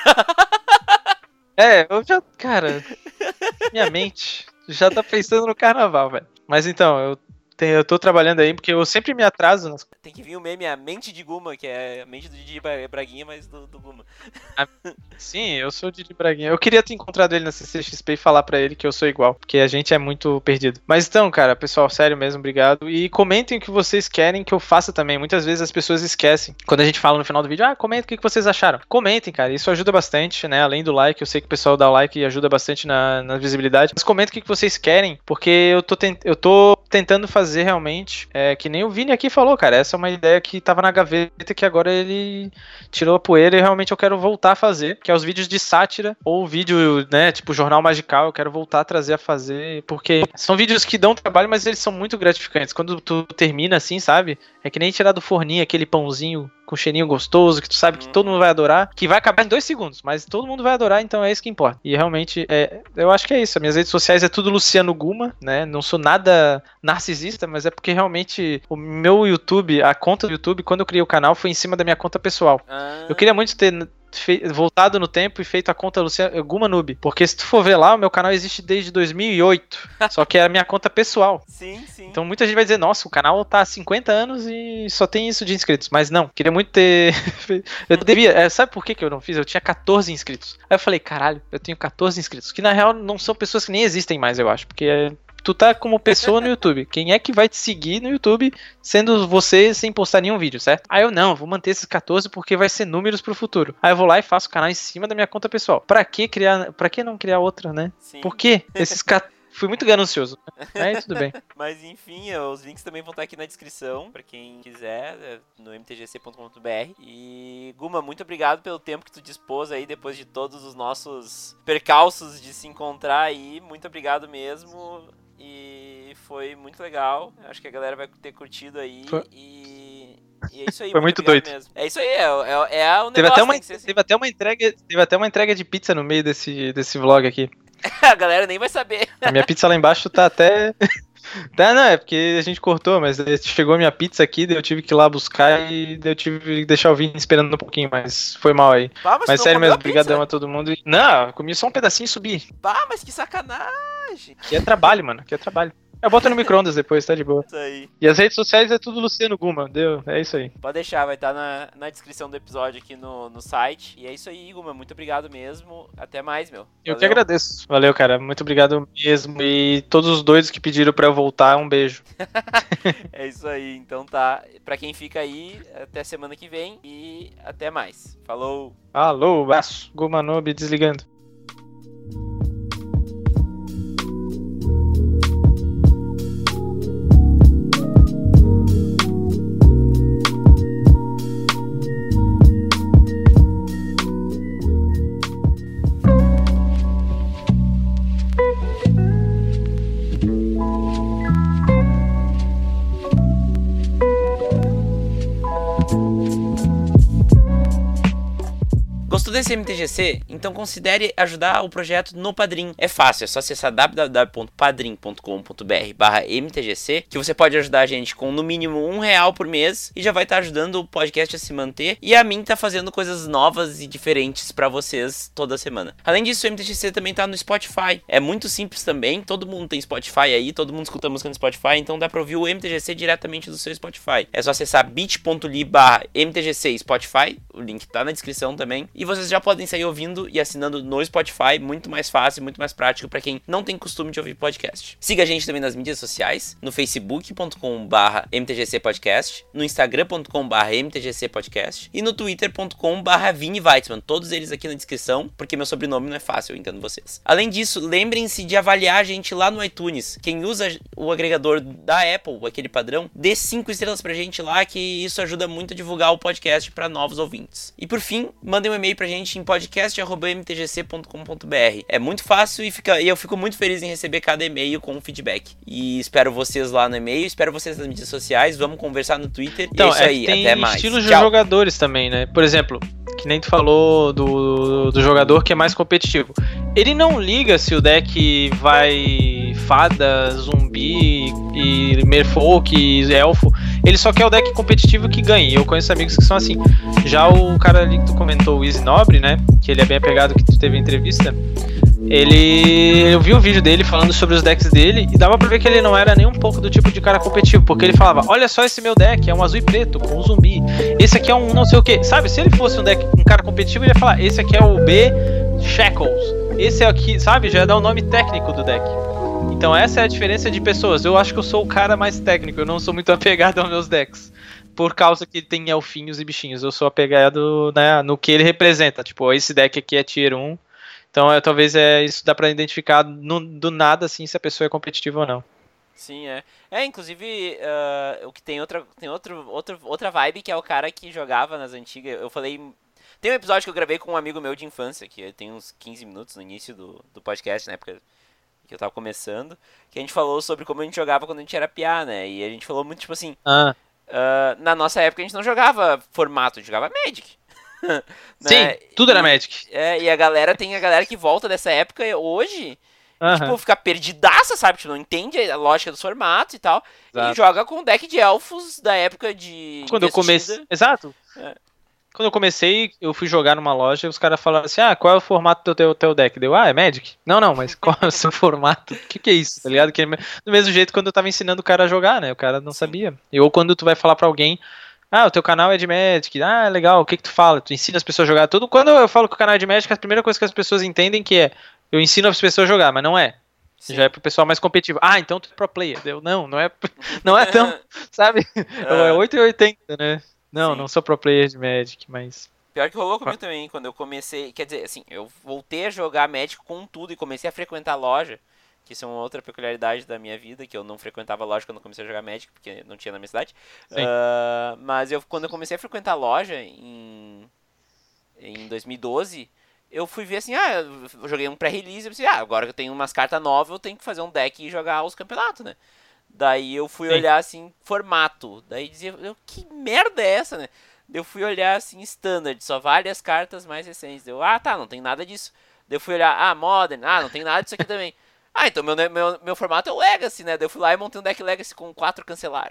É, eu já, cara, minha mente já tá pensando no carnaval, velho. Mas então, eu, tenho, eu tô trabalhando aí porque eu sempre me atraso nas Tem que vir o meme, a mente de Guma, que é a mente do Didi Braguinha, mas do, do Guma. Sim, eu sou o Didi Braguinha. Eu queria ter encontrado ele na C C X P e falar pra ele que eu sou igual, porque a gente é muito perdido. Mas então, cara, pessoal, sério mesmo, obrigado. E comentem o que vocês querem que eu faça também. Muitas vezes as pessoas esquecem. Quando a gente fala no final do vídeo, ah, comenta o que vocês acharam. Comentem, cara, isso ajuda bastante, né? Além do like, eu sei que o pessoal dá o like e ajuda bastante na, na visibilidade. Mas comentem o que vocês querem, porque eu tô, tent... eu tô tentando fazer realmente, é, que nem o Vini aqui falou, cara, essa é uma ideia que tava na gaveta, que agora ele tirou a poeira e realmente eu quero voltar a fazer, que é os vídeos de sátira, ou vídeo, né, tipo Jornal Magical, eu quero voltar a trazer a fazer, porque são vídeos que dão trabalho, mas eles são muito gratificantes. Quando tu termina assim, sabe, é que nem tirar do forninho aquele pãozinho com cheirinho gostoso, que tu sabe que todo mundo vai adorar, que vai acabar em dois segundos, mas todo mundo vai adorar, então é isso que importa. E realmente, é, eu acho que é isso. As minhas redes sociais é tudo Luciano Guma, né? Não sou nada narcisista, mas é porque realmente o meu YouTube, a conta do YouTube, quando eu criei o canal, foi em cima da minha conta pessoal. Ah. Eu queria muito ter Fe... voltado no tempo e feito a conta Luciano Guma Noob, porque se tu for ver lá, o meu canal existe desde dois mil e oito, só que é a minha conta pessoal. Sim, sim. Então muita gente vai dizer, nossa, o canal tá há cinquenta anos e só tem isso de inscritos, mas não, queria muito ter eu devia, é, sabe por que que eu não fiz? Eu tinha catorze inscritos. Aí eu falei, caralho, eu tenho catorze inscritos, que na real não são pessoas que nem existem mais, eu acho, porque é... tu tá como pessoa no YouTube. Quem é que vai te seguir no YouTube sendo você sem postar nenhum vídeo, certo? Aí eu não, vou manter esses catorze porque vai ser números pro futuro. Aí eu vou lá e faço o canal em cima da minha conta pessoal. Pra que criar, pra que não criar outra, né? Sim. Por que esses catorze? Fui muito ganancioso. Aí tudo bem. Mas enfim, os links também vão estar aqui na descrição, pra quem quiser, no m t g c ponto com ponto b r. E Guma, muito obrigado pelo tempo que tu dispôs aí, depois de todos os nossos percalços de se encontrar aí. Muito obrigado mesmo. E foi muito legal. Acho que a galera vai ter curtido aí. Foi. E... E é isso aí, foi muito, muito doido mesmo. É isso aí, é, é, é o negócio. Teve até uma, assim. teve até uma entrega, teve até uma entrega de pizza no meio desse, desse vlog aqui. A galera nem vai saber. A minha pizza lá embaixo tá até... Tá, não, é porque a gente cortou, mas chegou a minha pizza aqui, daí eu tive que ir lá buscar e daí eu tive que deixar o Vini esperando um pouquinho, mas foi mal aí. Bah, mas mas sério mesmo, brigadão a todo mundo. Não, eu comi só um pedacinho e subi. Bah, mas que sacanagem. Que é trabalho, mano, que é trabalho. Eu boto no micro-ondas depois, tá de boa. Isso aí. E as redes sociais é tudo Luciano Guma, deu? É isso aí. Pode deixar, vai estar na, na descrição do episódio aqui no, no site. E é isso aí, Guma, muito obrigado mesmo. Até mais, meu. Eu Valeu. Que agradeço. Valeu, cara, muito obrigado mesmo. E todos os doidos que pediram pra eu voltar, um beijo. É isso aí, então tá. Pra quem fica aí, até semana que vem e até mais. Falou! Alô, abraço. Guma Noob desligando. Gostou desse M T G C? Então considere ajudar o projeto no Padrim. É fácil, é só acessar w w w ponto padrim ponto com ponto b r barra m t g c, que você pode ajudar a gente com no mínimo um real por mês e já vai estar ajudando o podcast a se manter e a mim tá fazendo coisas novas e diferentes pra vocês toda semana. Além disso, o M T G C também tá no Spotify. É muito simples também, todo mundo tem Spotify aí, todo mundo escuta música no Spotify, então dá pra ouvir o M T G C diretamente do seu Spotify. É só acessar bit ponto l y barra m t g c Spotify, o link tá na descrição também, e vocês já podem sair ouvindo e assinando no Spotify, muito mais fácil, muito mais prático pra quem não tem costume de ouvir podcast. Siga a gente também nas mídias sociais, no facebook ponto com barra m t g c podcast, no instagram ponto com barra m t g c podcast e no twitter ponto com barra Vini Weitzman, todos eles aqui na descrição, porque meu sobrenome não é fácil, eu entendo vocês. Além disso, lembrem-se de avaliar a gente lá no iTunes. Quem usa o agregador da Apple, aquele padrão, dê cinco estrelas pra gente lá, que isso ajuda muito a divulgar o podcast pra novos ouvintes. E por fim, mandem um e-mail pra gente gente em podcast arroba m t g c ponto com ponto b r. É muito fácil e, fica, e eu fico muito feliz em receber cada e-mail com feedback. E espero vocês lá no e-mail, espero vocês nas mídias sociais, vamos conversar no Twitter. Então, e é isso é aí, tem até mais. estilos de Tchau. jogadores também, né? Por exemplo, que nem tu falou do, do jogador que é mais competitivo. Ele não liga se o deck vai fada, zumbi e merfolk e elfo. Ele só quer o deck competitivo que ganhe. Eu conheço amigos que são assim. Já o cara ali que tu comentou, o Easy Nobre, né? Que ele é bem apegado, que tu teve a entrevista. Ele... Eu vi o vídeo dele falando sobre os decks dele e dava pra ver que ele não era nem um pouco do tipo de cara competitivo, porque ele falava, olha só esse meu deck, é um azul e preto com um zumbi. Esse aqui é um não sei o que. Sabe, se ele fosse um deck, um cara competitivo, ele ia falar, esse aqui é o B Shackles. Esse aqui, sabe, já dá o nome técnico do deck. Então essa é a diferença de pessoas. Eu acho que eu sou o cara mais técnico, eu não sou muito apegado aos meus decks. Por causa que ele tem elfinhos e bichinhos. Eu sou apegado, né, no que ele representa. Tipo, esse deck aqui é tier um. Então, é, talvez é, isso dá pra identificar no, do nada, assim, se a pessoa é competitiva ou não. Sim, é. É, inclusive, uh, o que tem outra, tem outro, outro, outra vibe, que é o cara que jogava nas antigas. Eu falei... Tem um episódio que eu gravei com um amigo meu de infância, que tem uns quinze minutos no início do, do podcast, na época que eu tava começando, que a gente falou sobre como a gente jogava quando a gente era piá, né? E a gente falou muito, tipo assim... Ah. Uh, na nossa época, a gente não jogava formato, a gente jogava Magic. Né? Sim, tudo e, era Magic. É, e a galera tem a galera que volta dessa época hoje, uh-huh. e, tipo, fica perdidaça, sabe? Tipo, não entende a lógica dos formatos e tal. Exato. E joga com deck de elfos da época de Quando investida. Eu comecei. Exato. É. Quando eu comecei, eu fui jogar numa loja e os caras falaram assim, ah, qual é o formato do teu, teu deck? Deu, ah, é Magic? Não, não, mas qual é o seu formato? O que, que é isso, tá ligado? Que, do mesmo jeito quando eu tava ensinando o cara a jogar, né? O cara não Sim. sabia. E, ou quando tu vai falar pra alguém, ah, o teu canal é de Magic, ah, legal, o que que tu fala? Tu ensina as pessoas a jogar tudo. Quando eu falo que o canal é de Magic, a primeira coisa que as pessoas entendem que é, eu ensino as pessoas a jogar, mas não é. Sim. Já é pro pessoal mais competitivo. Ah, então tu é pro player. Deu, não, não é, não é tão, sabe? É oito e oitenta, né? Não, Sim. não sou pro player de Magic, mas... Pior que rolou comigo também, quando eu comecei, quer dizer, assim, eu voltei a jogar Magic com tudo e comecei a frequentar a loja, que isso é uma outra peculiaridade da minha vida, que eu não frequentava a loja quando eu comecei a jogar Magic, porque não tinha na minha cidade. Uh, mas eu, quando eu comecei a frequentar a loja, em, em dois mil e doze, eu fui ver assim, ah, eu joguei um pré-release, eu pensei, ah, agora que eu tenho umas cartas novas, eu tenho que fazer um deck e jogar os campeonatos, né? Daí eu fui Sim. olhar, assim, formato, daí dizia, eu, que merda é essa, né? Eu fui olhar assim, standard, só vale as cartas mais recentes. Eu, ah, tá, não tem nada disso. Eu fui olhar, ah, modern, ah, não tem nada disso aqui também. Ah, então meu, meu, meu formato é o Legacy, né? Eu fui lá e montei um deck Legacy com quatro cancelar.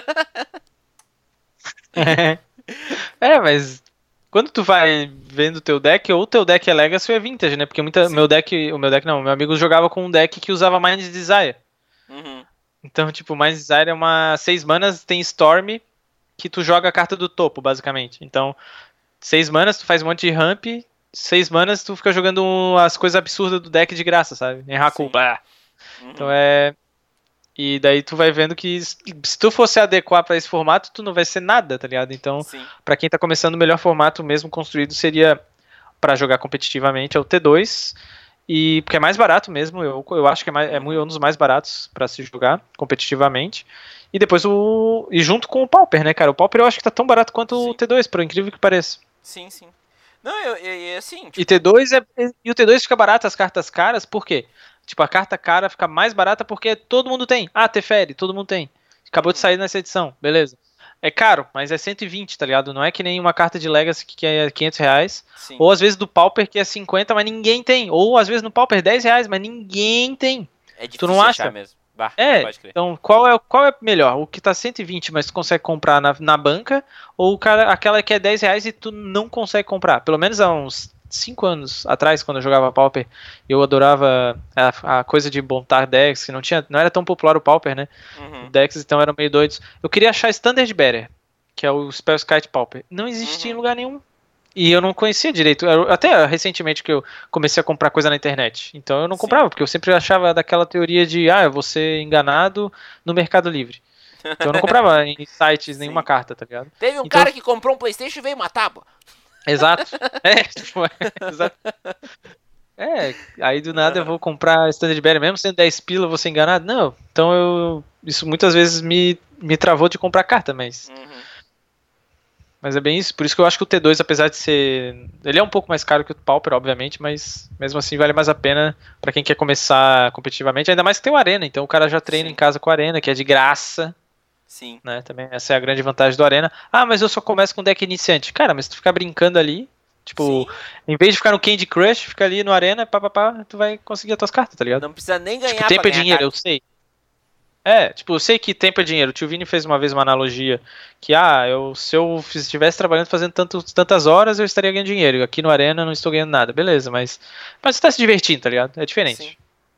é. é, mas quando tu vai vendo o teu deck, ou o teu deck é Legacy ou é Vintage, né? Porque muita, meu deck, o meu deck não, meu amigo jogava com um deck que usava Mind's Desire. Uhum. Então, tipo, Mind's Desire é uma seis manas, tem Storm, que tu joga a carta do topo, basicamente. Então, seis manas, tu faz um monte de ramp, seis manas, tu fica jogando as coisas absurdas do deck de graça, sabe? Em Haku, blá. Uhum. Então é... E daí tu vai vendo que se tu fosse adequar pra esse formato, tu não vai ser nada, tá ligado? Então, Sim. pra quem tá começando, o melhor formato mesmo construído seria pra jogar competitivamente, é o T dois. E porque é mais barato mesmo, eu, eu acho que é, mais, é um dos mais baratos pra se jogar competitivamente. E depois o... E junto com o Pauper, né, cara? O Pauper eu acho que tá tão barato quanto sim. o T dois, por incrível que pareça. Sim, sim. Não, eu, eu, eu assim... Tipo... E, T dois é... e o T dois fica barato as cartas caras, por quê? Tipo, a carta cara fica mais barata porque todo mundo tem. Ah, Teferi, todo mundo tem. Acabou de sair nessa edição, beleza. É caro, mas é cento e vinte, tá ligado? Não é que nem uma carta de Legacy que é quinhentos reais. Sim. Ou às vezes do Pauper que é cinquenta, mas ninguém tem. Ou às vezes no Pauper dez reais, mas ninguém tem. É difícil tu não acha? achar mesmo. Bah, é, então qual é, qual é melhor? O que tá cento e vinte, mas tu consegue comprar na, na banca, ou o cara, aquela que é dez reais e tu não consegue comprar? Pelo menos há uns cinco anos atrás, quando eu jogava Pauper, eu adorava a, a coisa de montar decks, que não, tinha, não era tão popular o Pauper, né? Uhum. Decks então eram meio doidos. Eu queria achar Standard Bearer, que é o Spellskite Pauper. Não existia uhum. em lugar nenhum. E eu não conhecia direito, eu, até recentemente que eu comecei a comprar coisa na internet, então eu não Sim. comprava, porque eu sempre achava daquela teoria de, ah, eu vou ser enganado no Mercado Livre. Então eu não comprava em sites Sim. nenhuma carta, tá ligado? Teve um então, cara que comprou um PlayStation e veio matar, pô. Exato. É, tipo, é, exato. É, aí do nada eu vou comprar Standard Bearer, mesmo sendo dez pila, eu vou ser enganado? Não, então eu, isso muitas vezes me, me travou de comprar carta, mas... Uhum. Mas é bem isso, por isso que eu acho que o T dois, apesar de ser... Ele é um pouco mais caro que o Pauper, obviamente, mas mesmo assim vale mais a pena pra quem quer começar competitivamente, ainda mais que tem o Arena, então o cara já treina Sim. em casa com o Arena, que é de graça, Sim. né, também essa é a grande vantagem do Arena. Ah, mas eu só começo com deck iniciante. Cara, mas se tu ficar brincando ali, tipo, Sim. em vez de ficar no Candy Crush, fica ali no Arena, pá, pá, pá, tu vai conseguir as tuas cartas, tá ligado? Não precisa nem ganhar Tipo, pra tempo é ganhar dinheiro, eu carta. sei. É, tipo, eu sei que tempo é dinheiro. O tio Vini fez uma vez uma analogia que, ah, eu, se eu estivesse trabalhando fazendo tanto, tantas horas, eu estaria ganhando dinheiro. Aqui no Arena eu não estou ganhando nada. Beleza, mas, mas você tá se divertindo, tá ligado? É diferente. Sim.